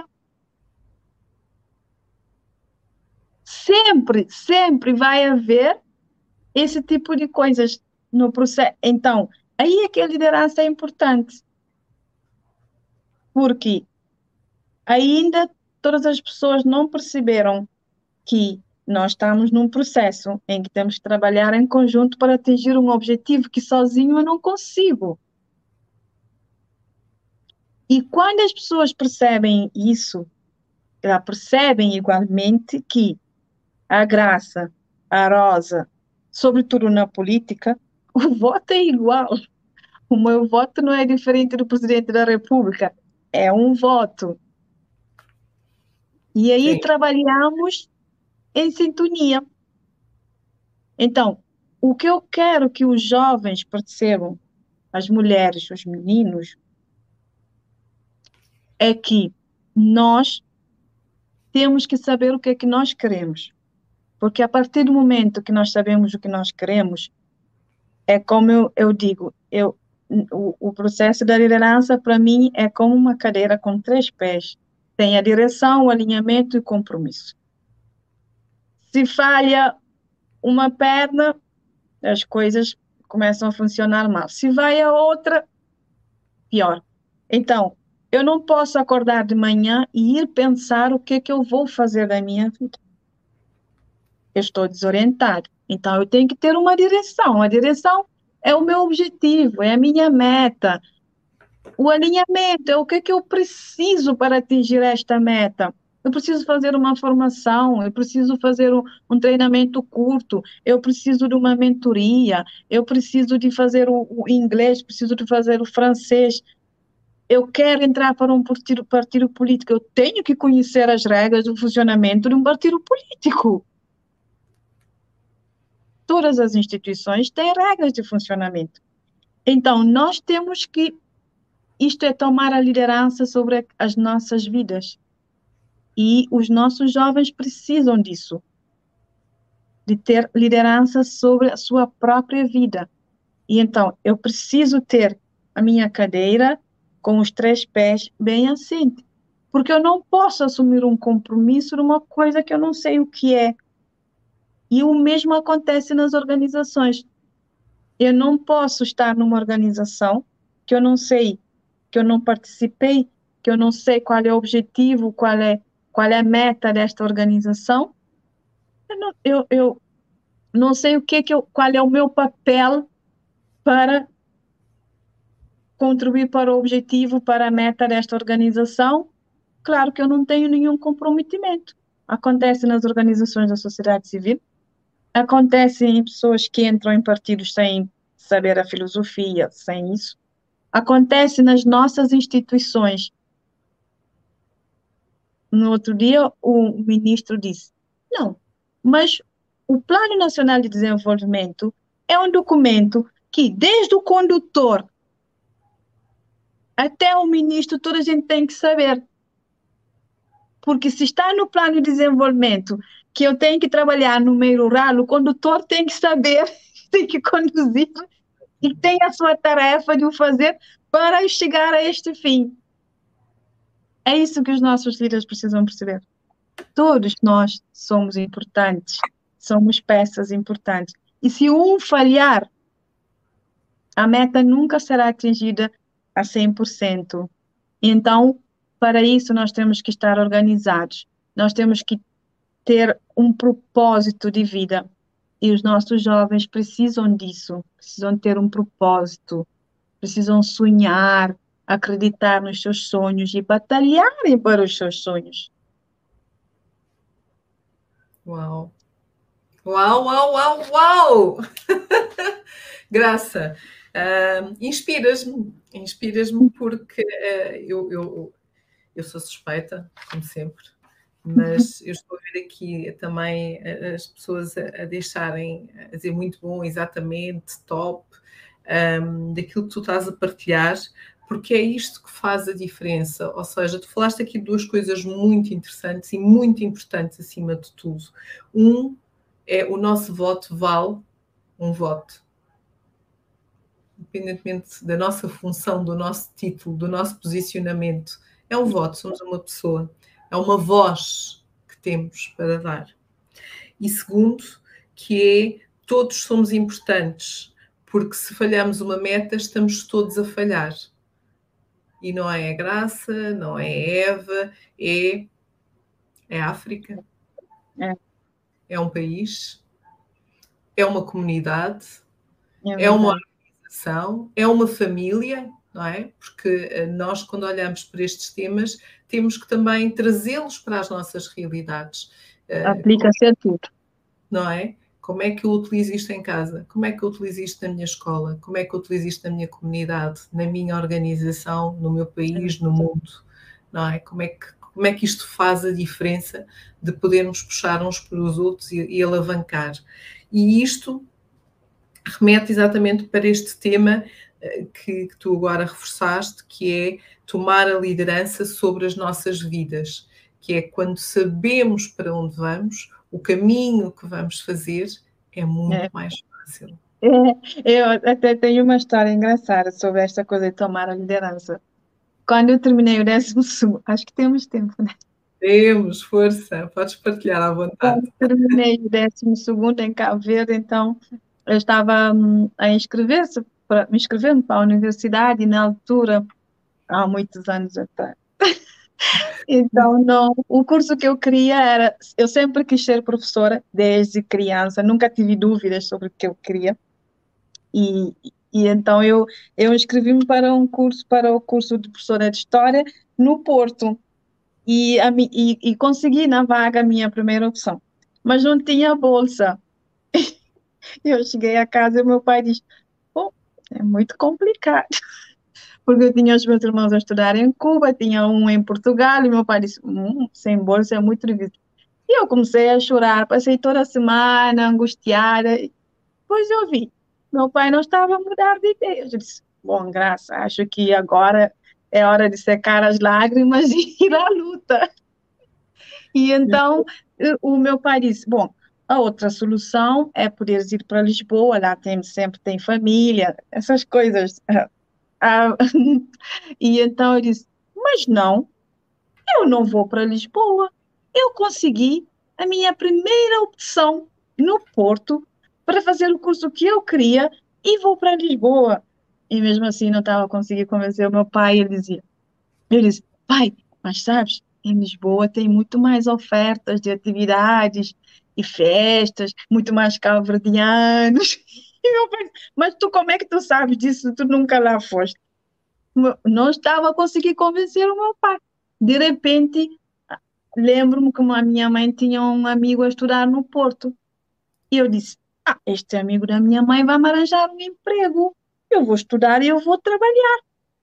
Sempre, sempre vai haver esse tipo de coisas no processo. Então, aí é que a liderança é importante. Porque ainda todas as pessoas não perceberam que nós estamos num processo em que temos que trabalhar em conjunto para atingir um objetivo que sozinho eu não consigo. E quando as pessoas percebem isso, já percebem igualmente que a Graça, a Rosa, sobretudo na política, o voto é igual. O meu voto não é diferente do presidente da República, é um voto. E aí Sim. trabalhamos em sintonia. Então, o que eu quero que os jovens percebam, as mulheres, os meninos, é que nós temos que saber o que é que nós queremos. Porque a partir do momento que nós sabemos o que nós queremos, é como eu, eu digo, eu, o, o processo da liderança, para mim, é como uma cadeira com três pés. Tem a direção, o alinhamento e o compromisso. Se falha uma perna, as coisas começam a funcionar mal. Se vai a outra, pior. Então, eu não posso acordar de manhã e ir pensar o que é que eu vou fazer da minha vida. Eu estou desorientado. Então, eu tenho que ter uma direção. A direção é o meu objetivo, é a minha meta. O alinhamento é o que é que eu preciso para atingir esta meta. Eu preciso fazer uma formação, eu preciso fazer um, um treinamento curto, eu preciso de uma mentoria, eu preciso de fazer o, o inglês, preciso de fazer o francês. Eu quero entrar para um partido, partido político, eu tenho que conhecer as regras do funcionamento de um partido político. Todas as instituições têm regras de funcionamento. Então, nós temos que, isto é tomar a liderança sobre as nossas vidas. E os nossos jovens precisam disso, de ter liderança sobre a sua própria vida. E então, eu preciso ter a minha cadeira com os três pés bem assente, porque eu não posso assumir um compromisso numa coisa que eu não sei o que é. E o mesmo acontece nas organizações. Eu não posso estar numa organização que eu não sei, que eu não participei, que eu não sei qual é o objetivo, qual é, qual é a meta desta organização. Eu não, eu, eu não sei o que que eu, qual é o meu papel para contribuir para o objetivo, para a meta desta organização. Claro que eu não tenho nenhum comprometimento. Acontece nas organizações da sociedade civil, acontece em pessoas que entram em partidos sem saber a filosofia, sem isso. Acontece nas nossas instituições. No outro dia, o ministro disse: não, mas o Plano Nacional de Desenvolvimento é um documento que, desde o condutor até o ministro, toda a gente tem que saber. Porque se está no plano de desenvolvimento que eu tenho que trabalhar no meio rural, o condutor tem que saber, tem que conduzir e tem a sua tarefa de o fazer para chegar a este fim. É isso que os nossos líderes precisam perceber. Todos nós somos importantes, somos peças importantes. E se um falhar, a meta nunca será atingida a cem por cento. Então, para isso, nós temos que estar organizados. Nós temos que ter um propósito de vida. E os nossos jovens precisam disso, precisam ter um propósito, precisam sonhar, acreditar nos seus sonhos e batalharem para os seus sonhos. Uau! Uau, uau, uau, uau! Graça, uh, inspiras-me, inspiras-me porque uh, eu, eu, eu sou suspeita, como sempre, mas eu estou a ver aqui também as pessoas a, a deixarem, a dizer muito bom, exatamente, top, um, daquilo que tu estás a partilhar, porque é isto que faz a diferença. Ou seja, tu falaste aqui de duas coisas muito interessantes e muito importantes acima de tudo. Um é o nosso voto vale um voto. Independentemente da nossa função, do nosso título, do nosso posicionamento, é um voto, somos uma pessoa, é uma voz que temos para dar. E segundo, que é, todos somos importantes, porque se falhamos uma meta, estamos todos a falhar. E não é a Graça, não é a Eva, é, é a África, É. é um país, é uma comunidade, É, é uma organização, é uma família, não é? Porque nós, quando olhamos para estes temas, temos que também trazê-los para as nossas realidades. Aplica-se a tudo. Não é? Como é que eu utilizo isto em casa? Como é que eu utilizo isto na minha escola? Como é que eu utilizo isto na minha comunidade, na minha organização, no meu país, no mundo? Não é? Como é que, como é que isto faz a diferença de podermos puxar uns para os outros e, e alavancar? E isto remete exatamente para este tema que, que tu agora reforçaste, que é tomar a liderança sobre as nossas vidas, que é quando sabemos para onde vamos, o caminho que vamos fazer é muito é. mais fácil. É, eu até tenho uma história engraçada sobre esta coisa de tomar a liderança. Quando eu terminei o décimo segundo, acho que temos tempo, né? Temos, força, podes partilhar à vontade. Quando terminei o décimo segundo em Cabo Verde, então eu estava hum, a inscrever-se, para, me inscrevendo para a universidade, e na altura, há muitos anos atrás. Então, não, o curso que eu queria era, eu sempre quis ser professora, desde criança, nunca tive dúvidas sobre o que eu queria. E, e então eu, eu inscrevi-me para um curso, para o curso de professora de História no Porto. E, a, e, e consegui na vaga a minha primeira opção. Mas não tinha bolsa. Eu cheguei a casa e meu pai disse, bom, é muito complicado. Porque eu tinha os meus irmãos a estudar em Cuba, tinha um em Portugal, e meu pai disse, hum, sem bolsa é muito difícil. E eu comecei a chorar, passei toda a semana angustiada. Depois eu vi, meu pai não estava a mudar de ideia. Eu disse, bom, Graça, acho que agora é hora de secar as lágrimas e ir à luta. E então o meu pai disse, bom, a outra solução é poderes ir para Lisboa, lá tem, sempre tem família, essas coisas. Ah, e então eu disse, mas não, eu não vou para Lisboa. Eu consegui a minha primeira opção no Porto para fazer o curso que eu queria e vou para Lisboa. E mesmo assim não estava conseguindo convencer o meu pai. Ele dizia, eu disse, pai, mas sabes, em Lisboa tem muito mais ofertas de atividades e festas, muito mais cabo-verdianos. E meu pai, mas tu como é que tu sabes disso? Tu nunca lá foste. Não estava a conseguir convencer o meu pai. De repente, lembro-me que a minha mãe tinha um amigo a estudar no Porto. E eu disse, ah, este amigo da minha mãe vai me arranjar um emprego. Eu vou estudar e eu vou trabalhar.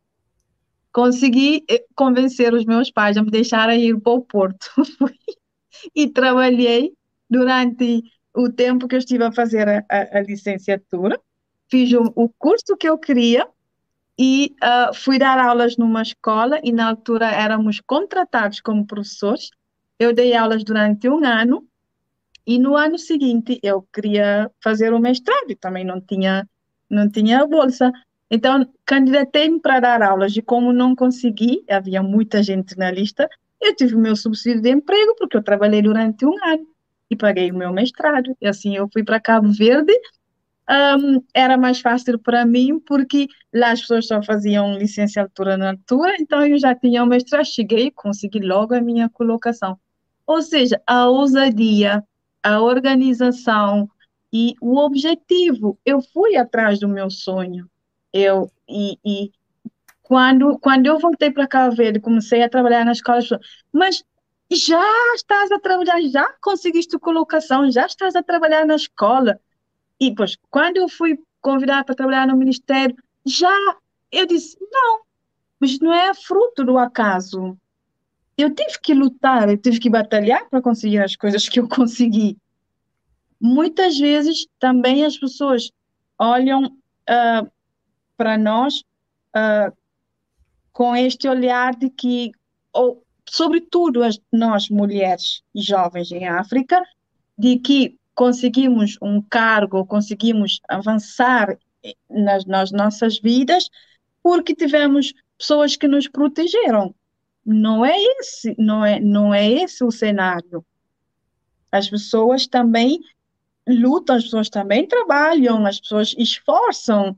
Consegui convencer os meus pais a me deixarem ir para o Porto. E trabalhei durante o tempo que eu estive a fazer a, a- a licenciatura, fiz o, o curso que eu queria e ah, fui dar aulas numa escola e na altura éramos contratados como professores. Eu dei aulas durante um ano e no ano seguinte eu queria fazer o mestrado e também não tinha, não tinha bolsa. Então, candidatei-me para dar aulas e como não consegui, havia muita gente na lista, eu tive o meu subsídio de emprego porque eu trabalhei durante um ano e paguei o meu mestrado. E assim eu fui para Cabo Verde. Hum, era mais fácil para mim porque lá as pessoas só faziam licenciatura na altura, então eu já tinha o mestrado, cheguei e consegui logo a minha colocação. Ou seja, a ousadia, a organização e o objetivo. Eu fui atrás do meu sonho. Eu, e, e quando, quando eu voltei para Cabo Verde, comecei a trabalhar na escola, as pessoas, mas já estás a trabalhar, já conseguiste colocação, já estás a trabalhar na escola. E, pois, quando eu fui convidada para trabalhar no Ministério, já eu disse, não, mas não é fruto do acaso. Eu tive que lutar, eu tive que batalhar para conseguir as coisas que eu consegui. Muitas vezes também as pessoas olham ah, para nós ah, com este olhar de que, ou, sobretudo as, nós mulheres e jovens em África, de que conseguimos um cargo, conseguimos avançar nas, nas nossas vidas porque tivemos pessoas que nos protegeram. Não é esse, não é, não é esse o cenário. As pessoas também lutam, as pessoas também trabalham, as pessoas esforçam.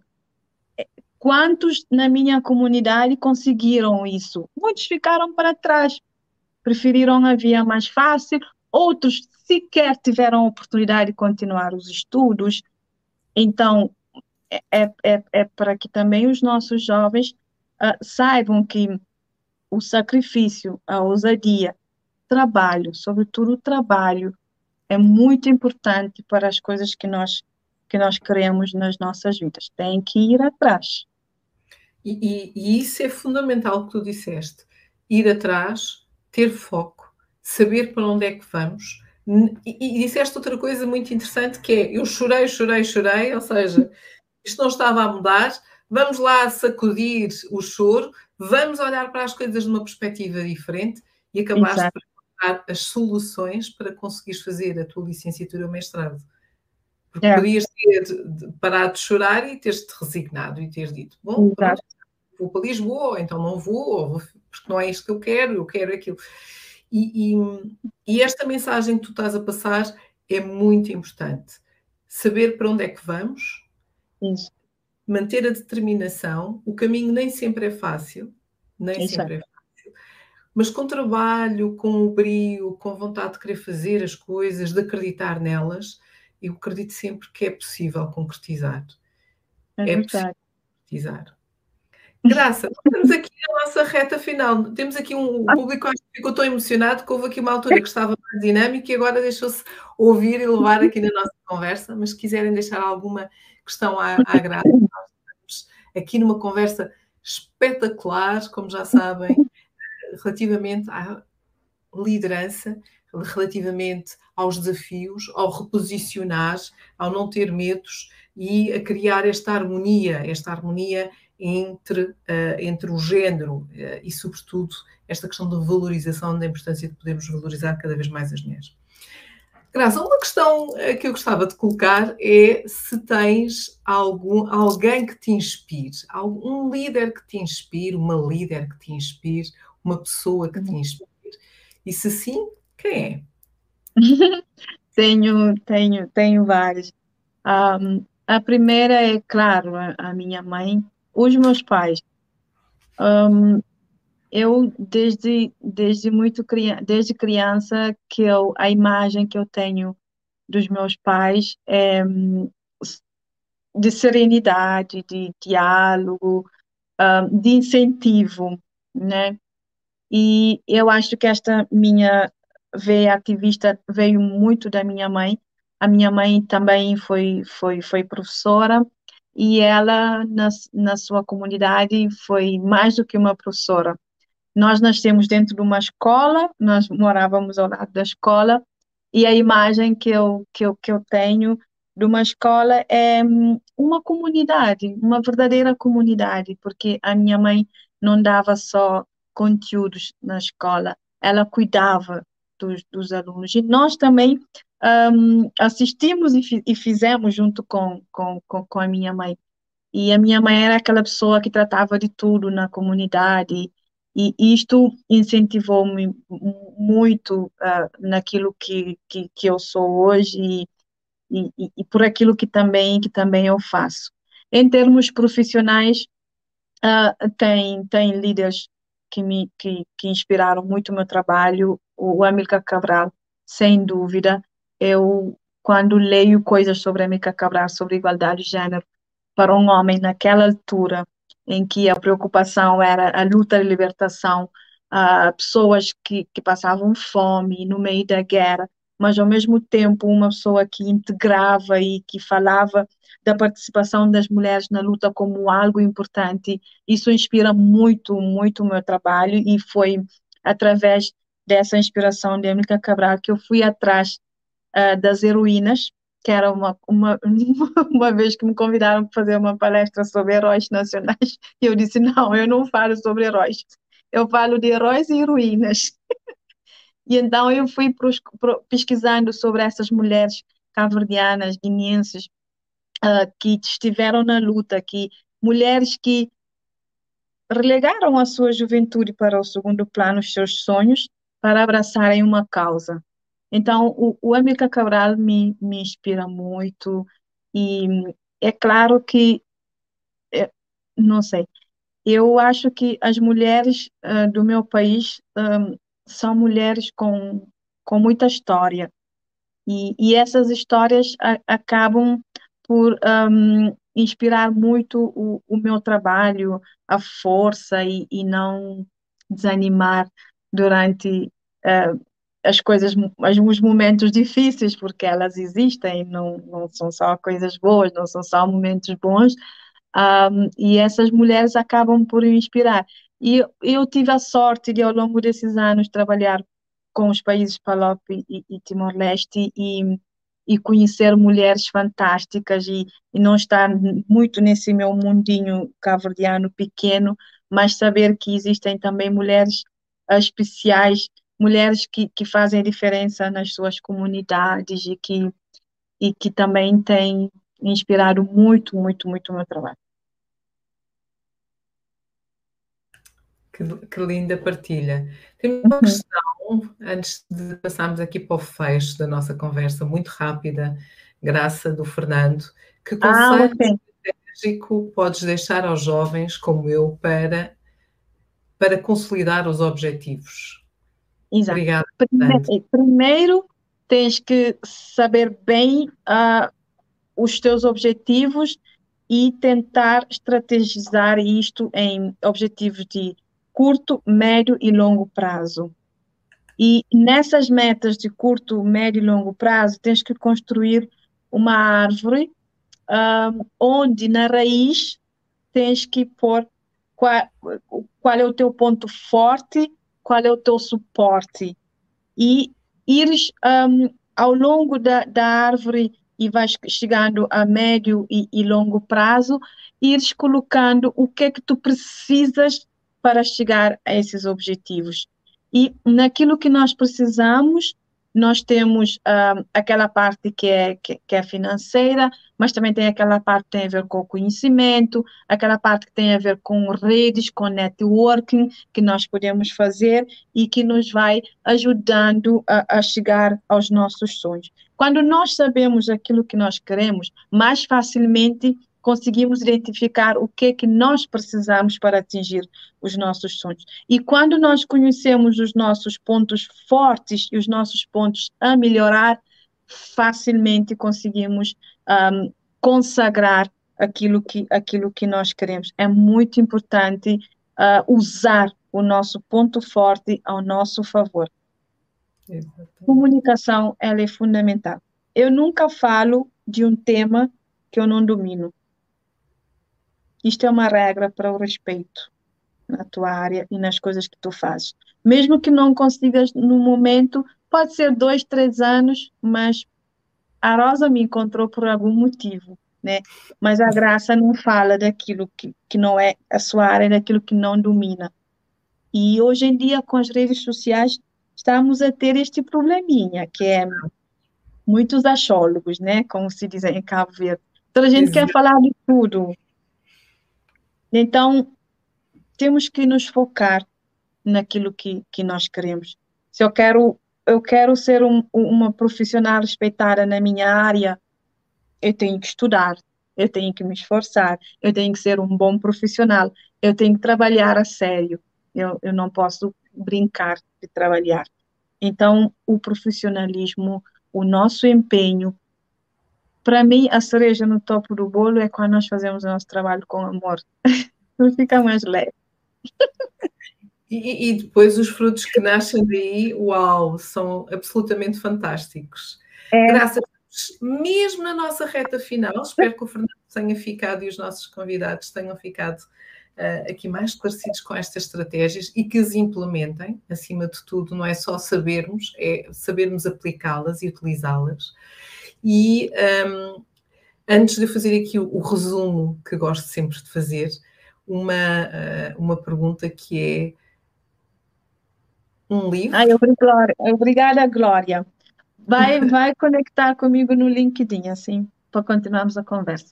Quantos na minha comunidade conseguiram isso? Muitos ficaram para trás, preferiram a via mais fácil, outros sequer tiveram a oportunidade de continuar os estudos. Então, é, é, é para que também os nossos jovens ah, saibam que o sacrifício, a ousadia, trabalho, sobretudo o trabalho, é muito importante para as coisas que nós, que nós queremos nas nossas vidas. Tem que ir atrás. E, e, e isso é fundamental o que tu disseste. Ir atrás, ter foco, saber para onde é que vamos. E, e disseste outra coisa muito interessante que é, eu chorei, chorei, chorei, ou seja, isto não estava a mudar, vamos lá sacudir o choro, vamos olhar para as coisas de uma perspectiva diferente e acabaste Exato, por encontrar as soluções para conseguires fazer a tua licenciatura ou mestrado. Porque é, podias ter parado de chorar e teres-te resignado e teres dito, bom, pronto, exato. vou para Lisboa, ou então não vou, ou vou, porque não é isto que eu quero, eu quero aquilo. E, e, e esta mensagem que tu estás a passar é muito importante. Saber para onde é que vamos, Isso, manter a determinação, o caminho nem sempre é fácil, nem isso é. sempre é fácil, mas com trabalho, com o brio, com vontade de querer fazer as coisas, de acreditar nelas, eu acredito sempre que é possível concretizar. É É possível verdade. concretizar. Graça, estamos aqui na nossa reta final. Temos aqui um, o público acho que ficou tão emocionado que houve aqui uma altura que estava mais dinâmico e agora deixou-se ouvir e levar aqui na nossa conversa, mas se quiserem deixar alguma questão à, à Graça, nós estamos aqui numa conversa espetacular, como já sabem, relativamente à liderança, relativamente aos desafios, ao reposicionar, ao não ter medos e a criar esta harmonia, esta harmonia entre, uh, entre o género uh, e, sobretudo, esta questão da valorização, da importância de podermos valorizar cada vez mais as mulheres. Graça, uma questão que eu gostava de colocar é se tens algum, alguém que te inspire, um líder que te inspire, uma líder que te inspire, uma pessoa que te inspire. E se sim, quem é? Tenho, tenho, tenho vários. Um, a primeira é, claro, a, a minha mãe, os meus pais. Um, eu, desde, desde muito criança, desde criança, que eu, a imagem que eu tenho dos meus pais é hum, de serenidade, de diálogo, um, de incentivo, né? E eu acho que esta minha veia ativista veio muito da minha mãe. A minha mãe também foi, foi, foi professora e ela, na, na sua comunidade, foi mais do que uma professora. Nós nascemos dentro de uma escola, nós morávamos ao lado da escola e a imagem que eu, que eu, que eu tenho de uma escola é hum, uma comunidade, uma verdadeira comunidade, porque a minha mãe não dava só conteúdos na escola, ela cuidava dos, dos alunos. E nós também hum, assistimos e, fi- e fizemos junto com, com, com, com a minha mãe. E a minha mãe era aquela pessoa que tratava de tudo na comunidade, e isto incentivou-me mu- muito ah, naquilo que, que, que eu sou hoje e, e, e por aquilo que também, que também eu faço. Em termos profissionais, ah, tem, tem líderes que me que, que inspiraram muito o meu trabalho, o Amílcar Cabral, sem dúvida. Eu, quando leio coisas sobre Amílcar Cabral, sobre igualdade de gênero, para um homem naquela altura, em que a preocupação era a luta de libertação, ah, pessoas que, que passavam fome no meio da guerra, mas ao mesmo tempo uma pessoa que integrava e que falava da participação das mulheres na luta como algo importante. Isso inspira muito, muito o meu trabalho e foi através dessa inspiração de Amílcar Cabral que eu fui atrás uh, das heroínas, que era uma, uma, uma vez que me convidaram para fazer uma palestra sobre heróis nacionais, e eu disse, não, eu não falo sobre heróis, eu falo de heróis e heroínas. E então eu fui pros, pro, pesquisando sobre essas mulheres cabo-verdianas, guineenses, uh, que estiveram na luta, que mulheres que relegaram a sua juventude para o segundo plano, os seus sonhos, para abraçarem uma causa. Então, o, o Amílcar Cabral me, me inspira muito e é claro que, é, não sei, eu acho que as mulheres ah, do meu país ah, são mulheres com, com muita história e, e essas histórias a- acabam por ahm, inspirar muito o, o meu trabalho, a força e, e não desanimar durante ah, as coisas, as- os momentos difíceis, porque elas existem, não, não são só coisas boas, não são só momentos bons, um, e essas mulheres acabam por me inspirar. E eu, eu tive a sorte de, ao longo desses anos, trabalhar com os países PALOP e, e Timor-Leste e, e conhecer mulheres fantásticas e, e não estar muito nesse meu mundinho cabo-verdiano pequeno, mas saber que existem também mulheres ah, especiais, mulheres que, que fazem a diferença nas suas comunidades e que, e que também têm inspirado muito, muito, muito o meu trabalho. Que, que linda partilha. Tenho uma Uhum. questão, antes de passarmos aqui para o fecho da nossa conversa, muito rápida, graça do Fernando. Que Ah, conselho ok. estratégico podes deixar aos jovens como eu para, para consolidar os objetivos? Exato. Obrigada, Fernando. Prime- Primeiro, tens que saber bem ah, os teus objetivos e tentar estrategizar isto em objetivos de curto, médio e longo prazo. E nessas metas de curto, médio e longo prazo, tens que construir uma árvore, ah, onde na raiz tens que pôr qual, qual é o teu ponto forte, qual é o teu suporte. E ires um, ao longo da, da árvore e vais chegando a médio e, e longo prazo, ires colocando o que é que tu precisas para chegar a esses objetivos. E naquilo que nós precisamos, nós temos um, aquela parte que é, que, que é financeira, mas também tem aquela parte que tem a ver com o conhecimento, aquela parte que tem a ver com redes, com networking, que nós podemos fazer e que nos vai ajudando a, a chegar aos nossos sonhos. Quando nós sabemos aquilo que nós queremos, mais facilmente conseguimos identificar o que é que nós precisamos para atingir os nossos sonhos. E quando nós conhecemos os nossos pontos fortes e os nossos pontos a melhorar, facilmente conseguimos um, consagrar aquilo que, aquilo que nós queremos. É muito importante uh, usar o nosso ponto forte ao nosso favor. Exatamente. Comunicação, ela é fundamental. Eu nunca falo de um tema que eu não domino. Isto é uma regra para o respeito na tua área e nas coisas que tu fazes. Mesmo que não consigas no momento, pode ser dois, três anos, mas a Rosa me encontrou por algum motivo, né? Mas a Graça não fala daquilo que, que não é a sua área, daquilo que não domina. E hoje em dia, com as redes sociais, estamos a ter este probleminha, que é muitos achólogos, né? Como se diz em Cabo Verde. Toda a gente quer Exato. falar de tudo. Então, temos que nos focar naquilo que, que nós queremos. Se eu quero, eu quero ser um, uma profissional respeitada na minha área, eu tenho que estudar, eu tenho que me esforçar, eu tenho que ser um bom profissional, eu tenho que trabalhar a sério, eu, eu não posso brincar de trabalhar. Então, o profissionalismo, o nosso empenho, para mim, a cereja no topo do bolo é quando nós fazemos o nosso trabalho com amor. Não fica mais leve. E, e depois os frutos que nascem daí, uau, são absolutamente fantásticos. É, Graças mesmo na nossa reta final, espero que o Fernando tenha ficado e os nossos convidados tenham ficado uh, aqui mais esclarecidos com estas estratégias e que as implementem, acima de tudo, não é só sabermos, é sabermos aplicá-las e utilizá-las. E um, antes de fazer aqui o, o resumo que gosto sempre de fazer, uma, uh, uma pergunta que é um livro. ai, obrigada, obrigada, Glória. Vai, vai conectar comigo no LinkedIn, assim, para continuarmos a conversa.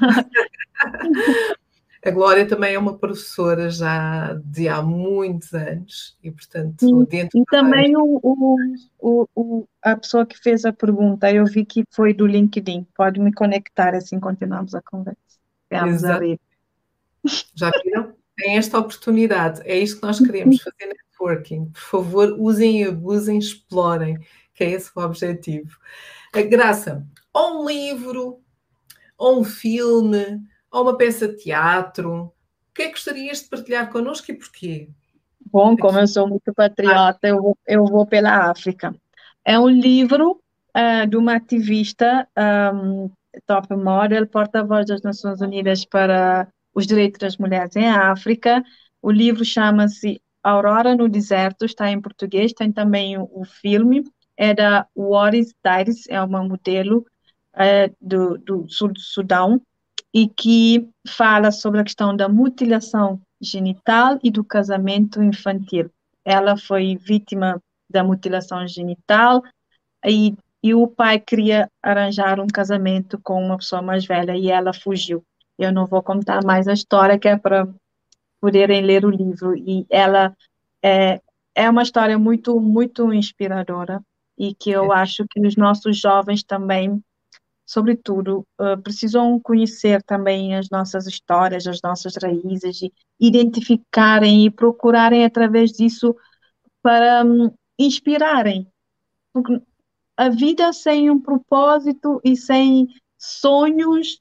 A Glória também é uma professora já de há muitos anos e, portanto, E, dentro e das áreas... também o, o, o, o- a pessoa que fez a pergunta, eu vi que foi do LinkedIn. Pode me conectar, assim continuamos a conversa. Vamos a Exato. rir. Já viram? Tem esta oportunidade. É isto que nós queremos, fazer networking. Por favor, usem, abusem, explorem, que é esse o objetivo. A Graça, ou um livro, ou um filme, ou uma peça de teatro, o que é que gostarias de partilhar connosco e porquê? Bom, como Aqui. eu sou muito patriota, eu vou, eu vou pela África. É um livro ah, de uma ativista, ahm, top model, porta-voz das Nações Unidas para os direitos das mulheres em África. O livro chama-se Aurora no Deserto, está em português, tem também o, o filme, é da Waris Diaries, é uma modelo eh, do, do sul do Sudão, e que fala sobre a questão da mutilação genital e do casamento infantil. Ela foi vítima da mutilação genital e, e o pai queria arranjar um casamento com uma pessoa mais velha e ela fugiu. Eu não vou contar mais a história, que é para poderem ler o livro. E ela é, é uma história muito, muito inspiradora e que eu acho que os nossos jovens também, sobretudo, uh, precisam conhecer também as nossas histórias, as nossas raízes, e identificarem e procurarem através disso para um, inspirarem. Porque a vida sem um propósito e sem sonhos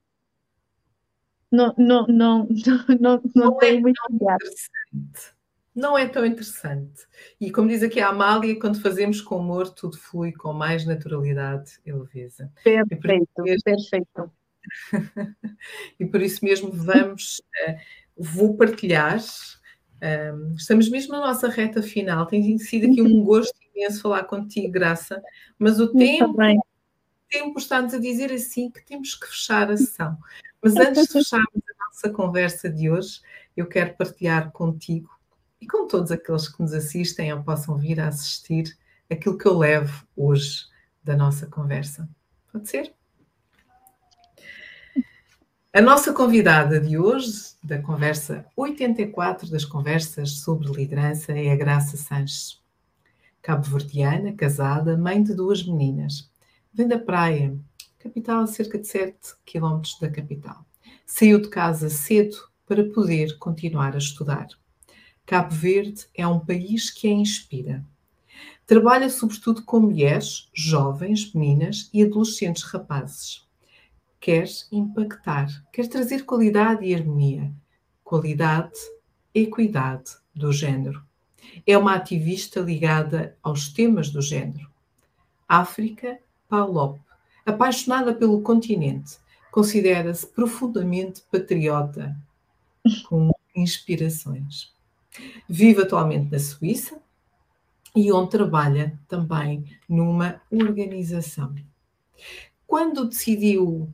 não, não, não, não, não Não é tem muito graça. interessante. Não é tão interessante. E como diz aqui a Amália, quando fazemos com humor, tudo flui com mais naturalidade e leveza. E por isso Perfeito, mesmo, perfeito. e por isso mesmo vamos, uh, vou partilhar. Um, estamos mesmo na nossa reta final. Tem sido aqui um gosto imenso falar contigo, Graça, mas o Muito tempo, bem. o tempo está-nos a dizer assim que temos que fechar a sessão. Mas antes de fecharmos a nossa conversa de hoje, eu quero partilhar contigo e com todos aqueles que nos assistem ou possam vir a assistir aquilo que eu levo hoje da nossa conversa. Pode ser? A nossa convidada de hoje, da conversa oitenta e quatro das conversas sobre liderança, é a Graça Sanches. Cabo-verdiana, casada, mãe de duas meninas. Vem da praia, capital a cerca de sete quilómetros da capital. Saiu de casa cedo para poder continuar a estudar. Cabo Verde é um país que a inspira. Trabalha sobretudo com mulheres, jovens, meninas e adolescentes rapazes. Quer impactar, quer trazer qualidade e harmonia. Qualidade, equidade do género. É uma ativista ligada aos temas do género. África, Palop, apaixonada pelo continente, considera-se profundamente patriota, com inspirações. Vive atualmente na Suíça, e onde trabalha também numa organização. Quando decidiu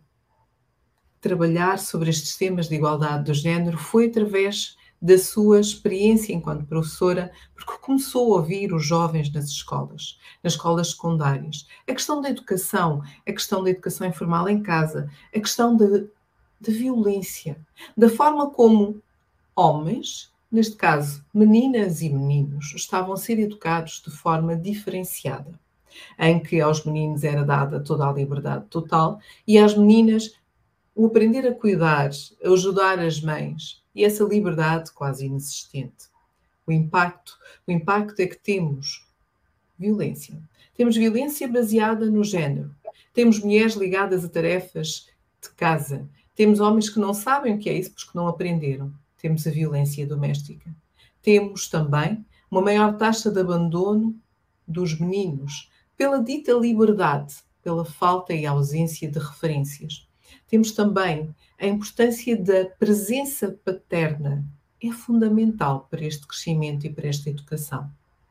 trabalhar sobre estes temas de igualdade do género, foi através da sua experiência enquanto professora, porque começou a ouvir os jovens nas escolas, nas escolas secundárias. A questão da educação, a questão da educação informal em casa, a questão da, da violência, da forma como homens, neste caso meninas e meninos, estavam a ser educados de forma diferenciada, em que aos meninos era dada toda a liberdade total e às meninas o aprender a cuidar, a ajudar as mães, e essa liberdade quase inexistente. O impacto, o impacto é que temos violência. Temos violência baseada no género. Temos mulheres ligadas a tarefas de casa. Temos homens que não sabem o que é isso porque não aprenderam. Temos a violência doméstica. Temos também uma maior taxa de abandono dos meninos pela dita liberdade, pela falta e ausência de referências. Temos também a importância da presença paterna. É fundamental para este crescimento e para esta educação.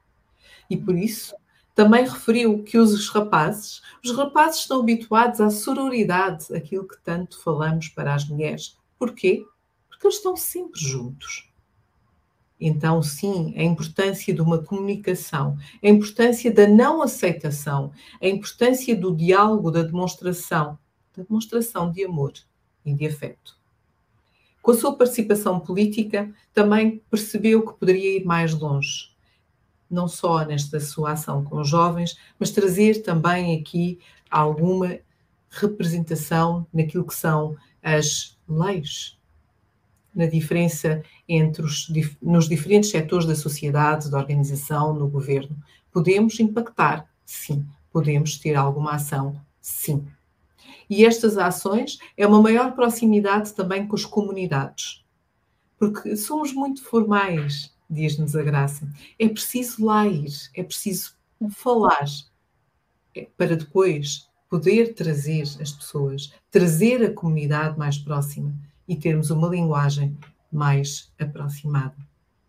E por isso, também referiu que os rapazes, os rapazes estão habituados à sororidade, aquilo que tanto falamos para as mulheres. Porquê? Porque eles estão sempre juntos. Então, sim, a importância de uma comunicação, a importância da não aceitação, a importância do diálogo, da demonstração, da demonstração de amor e de afeto. Com a sua participação política, também percebeu que poderia ir mais longe, não só nesta sua ação com os jovens, mas trazer também aqui alguma representação naquilo que são as leis, na diferença entre os nos diferentes setores da sociedade, da organização, no governo. Podemos impactar? Sim. Podemos ter alguma ação? Sim. E estas ações é uma maior proximidade também com as comunidades. Porque somos muito formais, diz-nos a Graça. É preciso lá ir, é preciso falar, para depois poder trazer as pessoas, trazer a comunidade mais próxima e termos uma linguagem mais aproximada.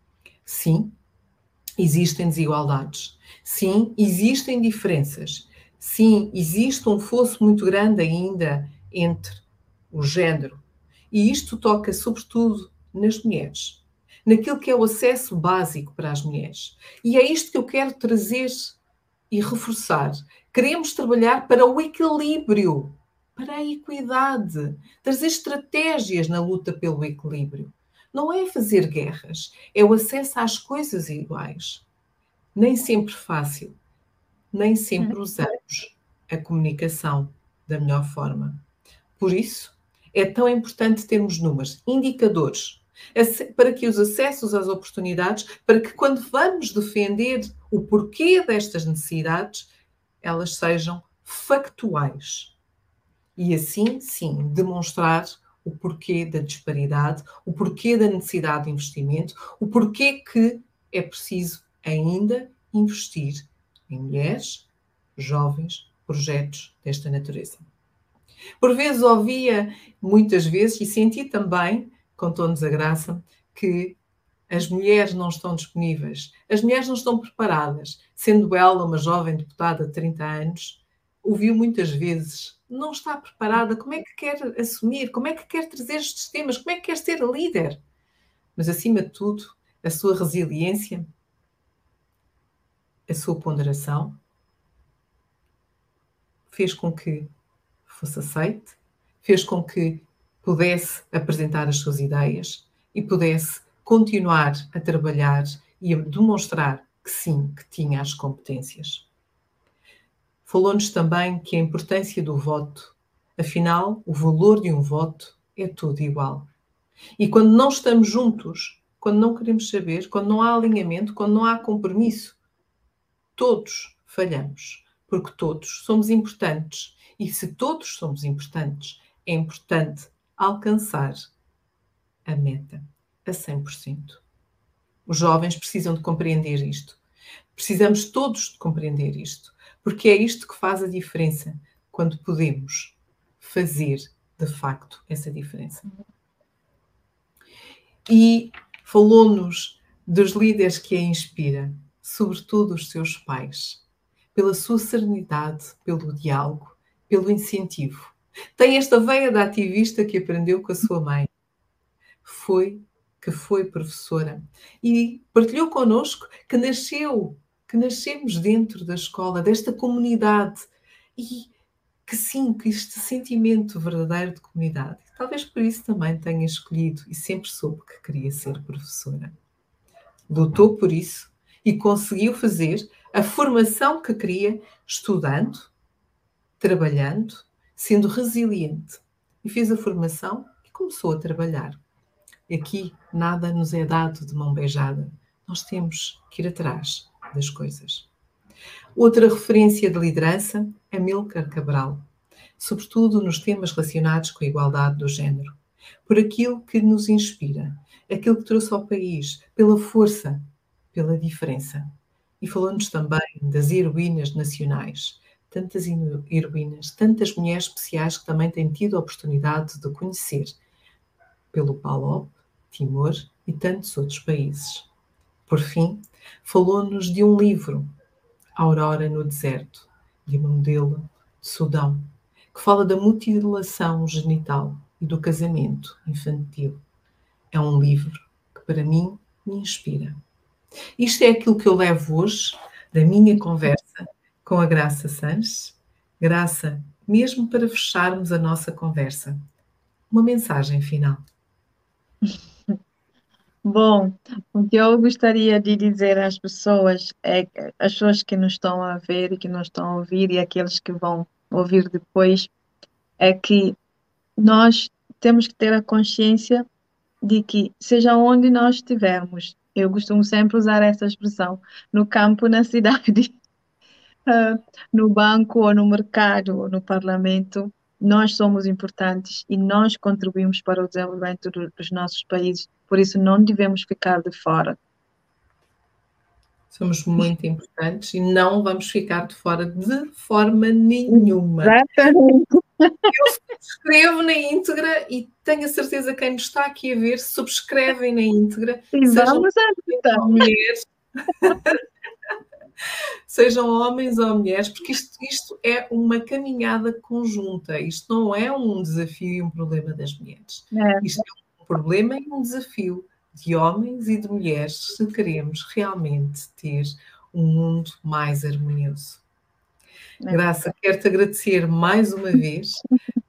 Sim, existem desigualdades. Sim, existem diferenças. Sim, existe um fosso muito grande ainda entre o género. E isto toca sobretudo nas mulheres, naquilo que é o acesso básico para as mulheres. E é isto que eu quero trazer e reforçar. Queremos trabalhar para o equilíbrio, para a equidade, trazer estratégias na luta pelo equilíbrio. Não é fazer guerras, é o acesso às coisas iguais. Nem sempre fácil, nem sempre usamos a comunicação da melhor forma. Por isso, é tão importante termos números, indicadores, para que os acessos às oportunidades, para que quando vamos defender o porquê destas necessidades, elas sejam factuais. E assim, sim, demonstrar o porquê da disparidade, o porquê da necessidade de investimento, o porquê que é preciso ainda investir em mulheres, jovens, projetos desta natureza. Por vezes ouvia, muitas vezes, e senti também, contou-nos a Graça, que as mulheres não estão disponíveis, as mulheres não estão preparadas. Sendo ela uma jovem deputada de trinta anos, ouviu muitas vezes, não está preparada, como é que quer assumir, como é que quer trazer estes temas, como é que quer ser líder? Mas, acima de tudo, a sua resiliência, a sua ponderação, fez com que fosse aceite, fez com que pudesse apresentar as suas ideias e pudesse continuar a trabalhar e a demonstrar que sim, que tinha as competências. Falou-nos também que a importância do voto, afinal, o valor de um voto é tudo igual. E quando não estamos juntos, quando não queremos saber, quando não há alinhamento, quando não há compromisso, todos falhamos, porque todos somos importantes. E se todos somos importantes, é importante alcançar a meta a cem por cento. Os jovens precisam de compreender isto. Precisamos todos de compreender isto, porque é isto que faz a diferença quando podemos fazer, de facto, essa diferença. E falou-nos dos líderes que a inspira. sobretudo os seus pais, pela sua serenidade, pelo diálogo, pelo incentivo. Tem esta veia de ativista que aprendeu com a sua mãe. Foi, que foi professora e partilhou connosco que nasceu, que nascemos dentro da escola, desta comunidade e que sim, que este sentimento verdadeiro de comunidade. Talvez por isso também tenha escolhido e sempre soube que queria ser professora. Lutou por isso e conseguiu fazer a formação que queria, estudando, trabalhando, sendo resiliente. E fez a formação e começou a trabalhar. Aqui nada nos é dado de mão beijada. Nós temos que ir atrás das coisas. Outra referência de liderança é Amílcar Cabral, sobretudo nos temas relacionados com a igualdade do género, por aquilo que nos inspira, aquilo que trouxe ao país, pela força, pela diferença. E falou-nos também das heroínas nacionais, tantas heroínas, tantas mulheres especiais que também têm tido a oportunidade de conhecer, pelo Palop, Timor e tantos outros países. Por fim, falou-nos de um livro, Aurora no Deserto, de uma modelo de Sudão, que fala da mutilação genital e do casamento infantil. É um livro que, para mim, me inspira. Isto é aquilo que eu levo hoje da minha conversa com a Graça Sanches. Graça, mesmo para fecharmos a nossa conversa, uma mensagem final. Bom, o que eu gostaria de dizer às pessoas é que as pessoas que nos estão a ver e que nos estão a ouvir e aqueles que vão ouvir depois é que nós temos que ter a consciência de que, seja onde nós estivermos, eu costumo sempre usar essa expressão, no campo, na cidade, ah, no banco ou no mercado ou no parlamento, nós somos importantes e nós contribuímos para o desenvolvimento do- dos nossos países, por isso não devemos ficar de fora. Somos muito importantes e não vamos ficar de fora de forma nenhuma. Exatamente. Subscrevo na íntegra e tenho a certeza que quem nos está aqui a ver subscrevem na íntegra, E sejam vamos ajudar. mulheres, sejam homens ou mulheres, porque isto, isto é uma caminhada conjunta. Isto não é um desafio e um problema das mulheres. É, Isto é um problema e um desafio de homens e de mulheres se queremos realmente ter um mundo mais harmonioso. é. Graça, quero-te agradecer mais uma vez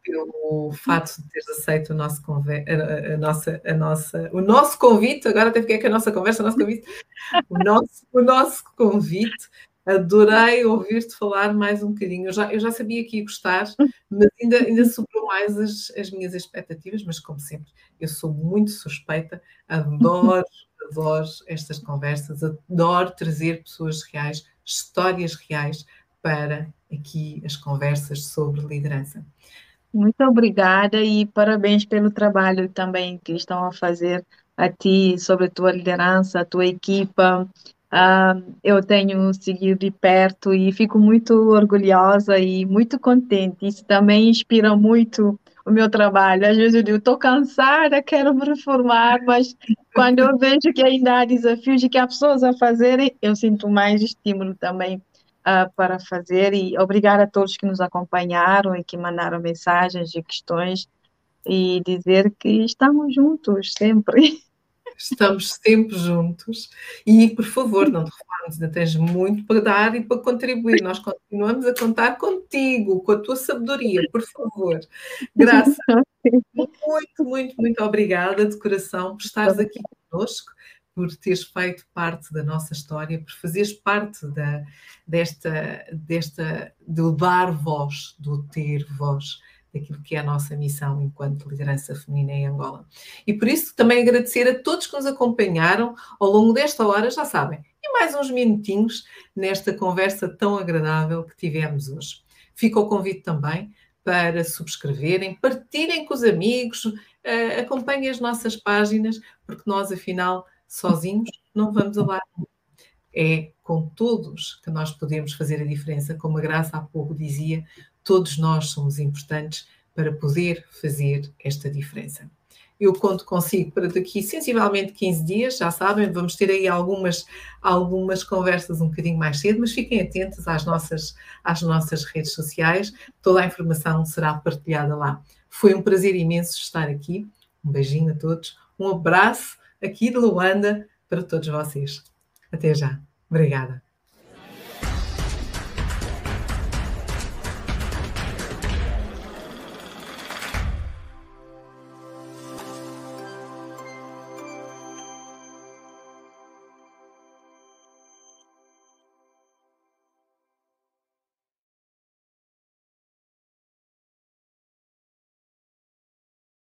pelo fato de teres aceito o nosso, conver- a, a- a nossa, a nossa, o nosso convite, agora até fiquei com a nossa conversa, o nosso convite, o nosso, o nosso convite. Adorei ouvir-te falar mais um bocadinho. Eu já, eu já sabia que ia gostar, mas ainda, ainda superou mais as, as minhas expectativas, mas como sempre, eu sou muito suspeita, adoro, adoro estas conversas, adoro trazer pessoas reais, histórias reais para aqui as conversas sobre liderança. Muito obrigada e parabéns pelo trabalho também que estão a fazer a ti, sobre a tua liderança, a tua equipa. Ah, eu tenho seguido de perto e fico muito orgulhosa e muito contente. Isso também inspira muito o meu trabalho. Às vezes eu digo, estou cansada, quero me reformar, mas quando eu vejo que ainda há desafios e que há pessoas a fazerem, eu sinto mais estímulo também ah, para fazer e obrigar a todos que nos acompanharam e que mandaram mensagens e questões e dizer que estamos juntos sempre. Estamos sempre juntos e, por favor, não te reformes, ainda tens muito para dar e para contribuir. Nós continuamos a contar contigo, com a tua sabedoria, por favor. Graça, muito, muito, muito obrigada de coração por estares aqui conosco, por teres feito parte da nossa história, por fazeres parte da, desta, desta, do dar voz, do ter voz, daquilo que é a nossa missão enquanto liderança feminina em Angola. E por isso também agradecer a todos que nos acompanharam ao longo desta hora, já sabem, e mais uns minutinhos nesta conversa tão agradável que tivemos hoje. Fica o convite também para subscreverem, partilhem com os amigos, uh, acompanhem as nossas páginas, porque nós, afinal, sozinhos não vamos a lá. É com todos que nós podemos fazer a diferença, como a Graça há pouco dizia, todos nós somos importantes para poder fazer esta diferença. eu conto consigo para daqui sensivelmente quinze dias, já sabem, vamos ter aí algumas, algumas conversas um bocadinho mais cedo, mas fiquem atentos às nossas, às nossas redes sociais, toda a informação será partilhada lá. Foi um prazer imenso estar aqui, um beijinho a todos, um abraço aqui de Luanda para todos vocês. Até já. Obrigada.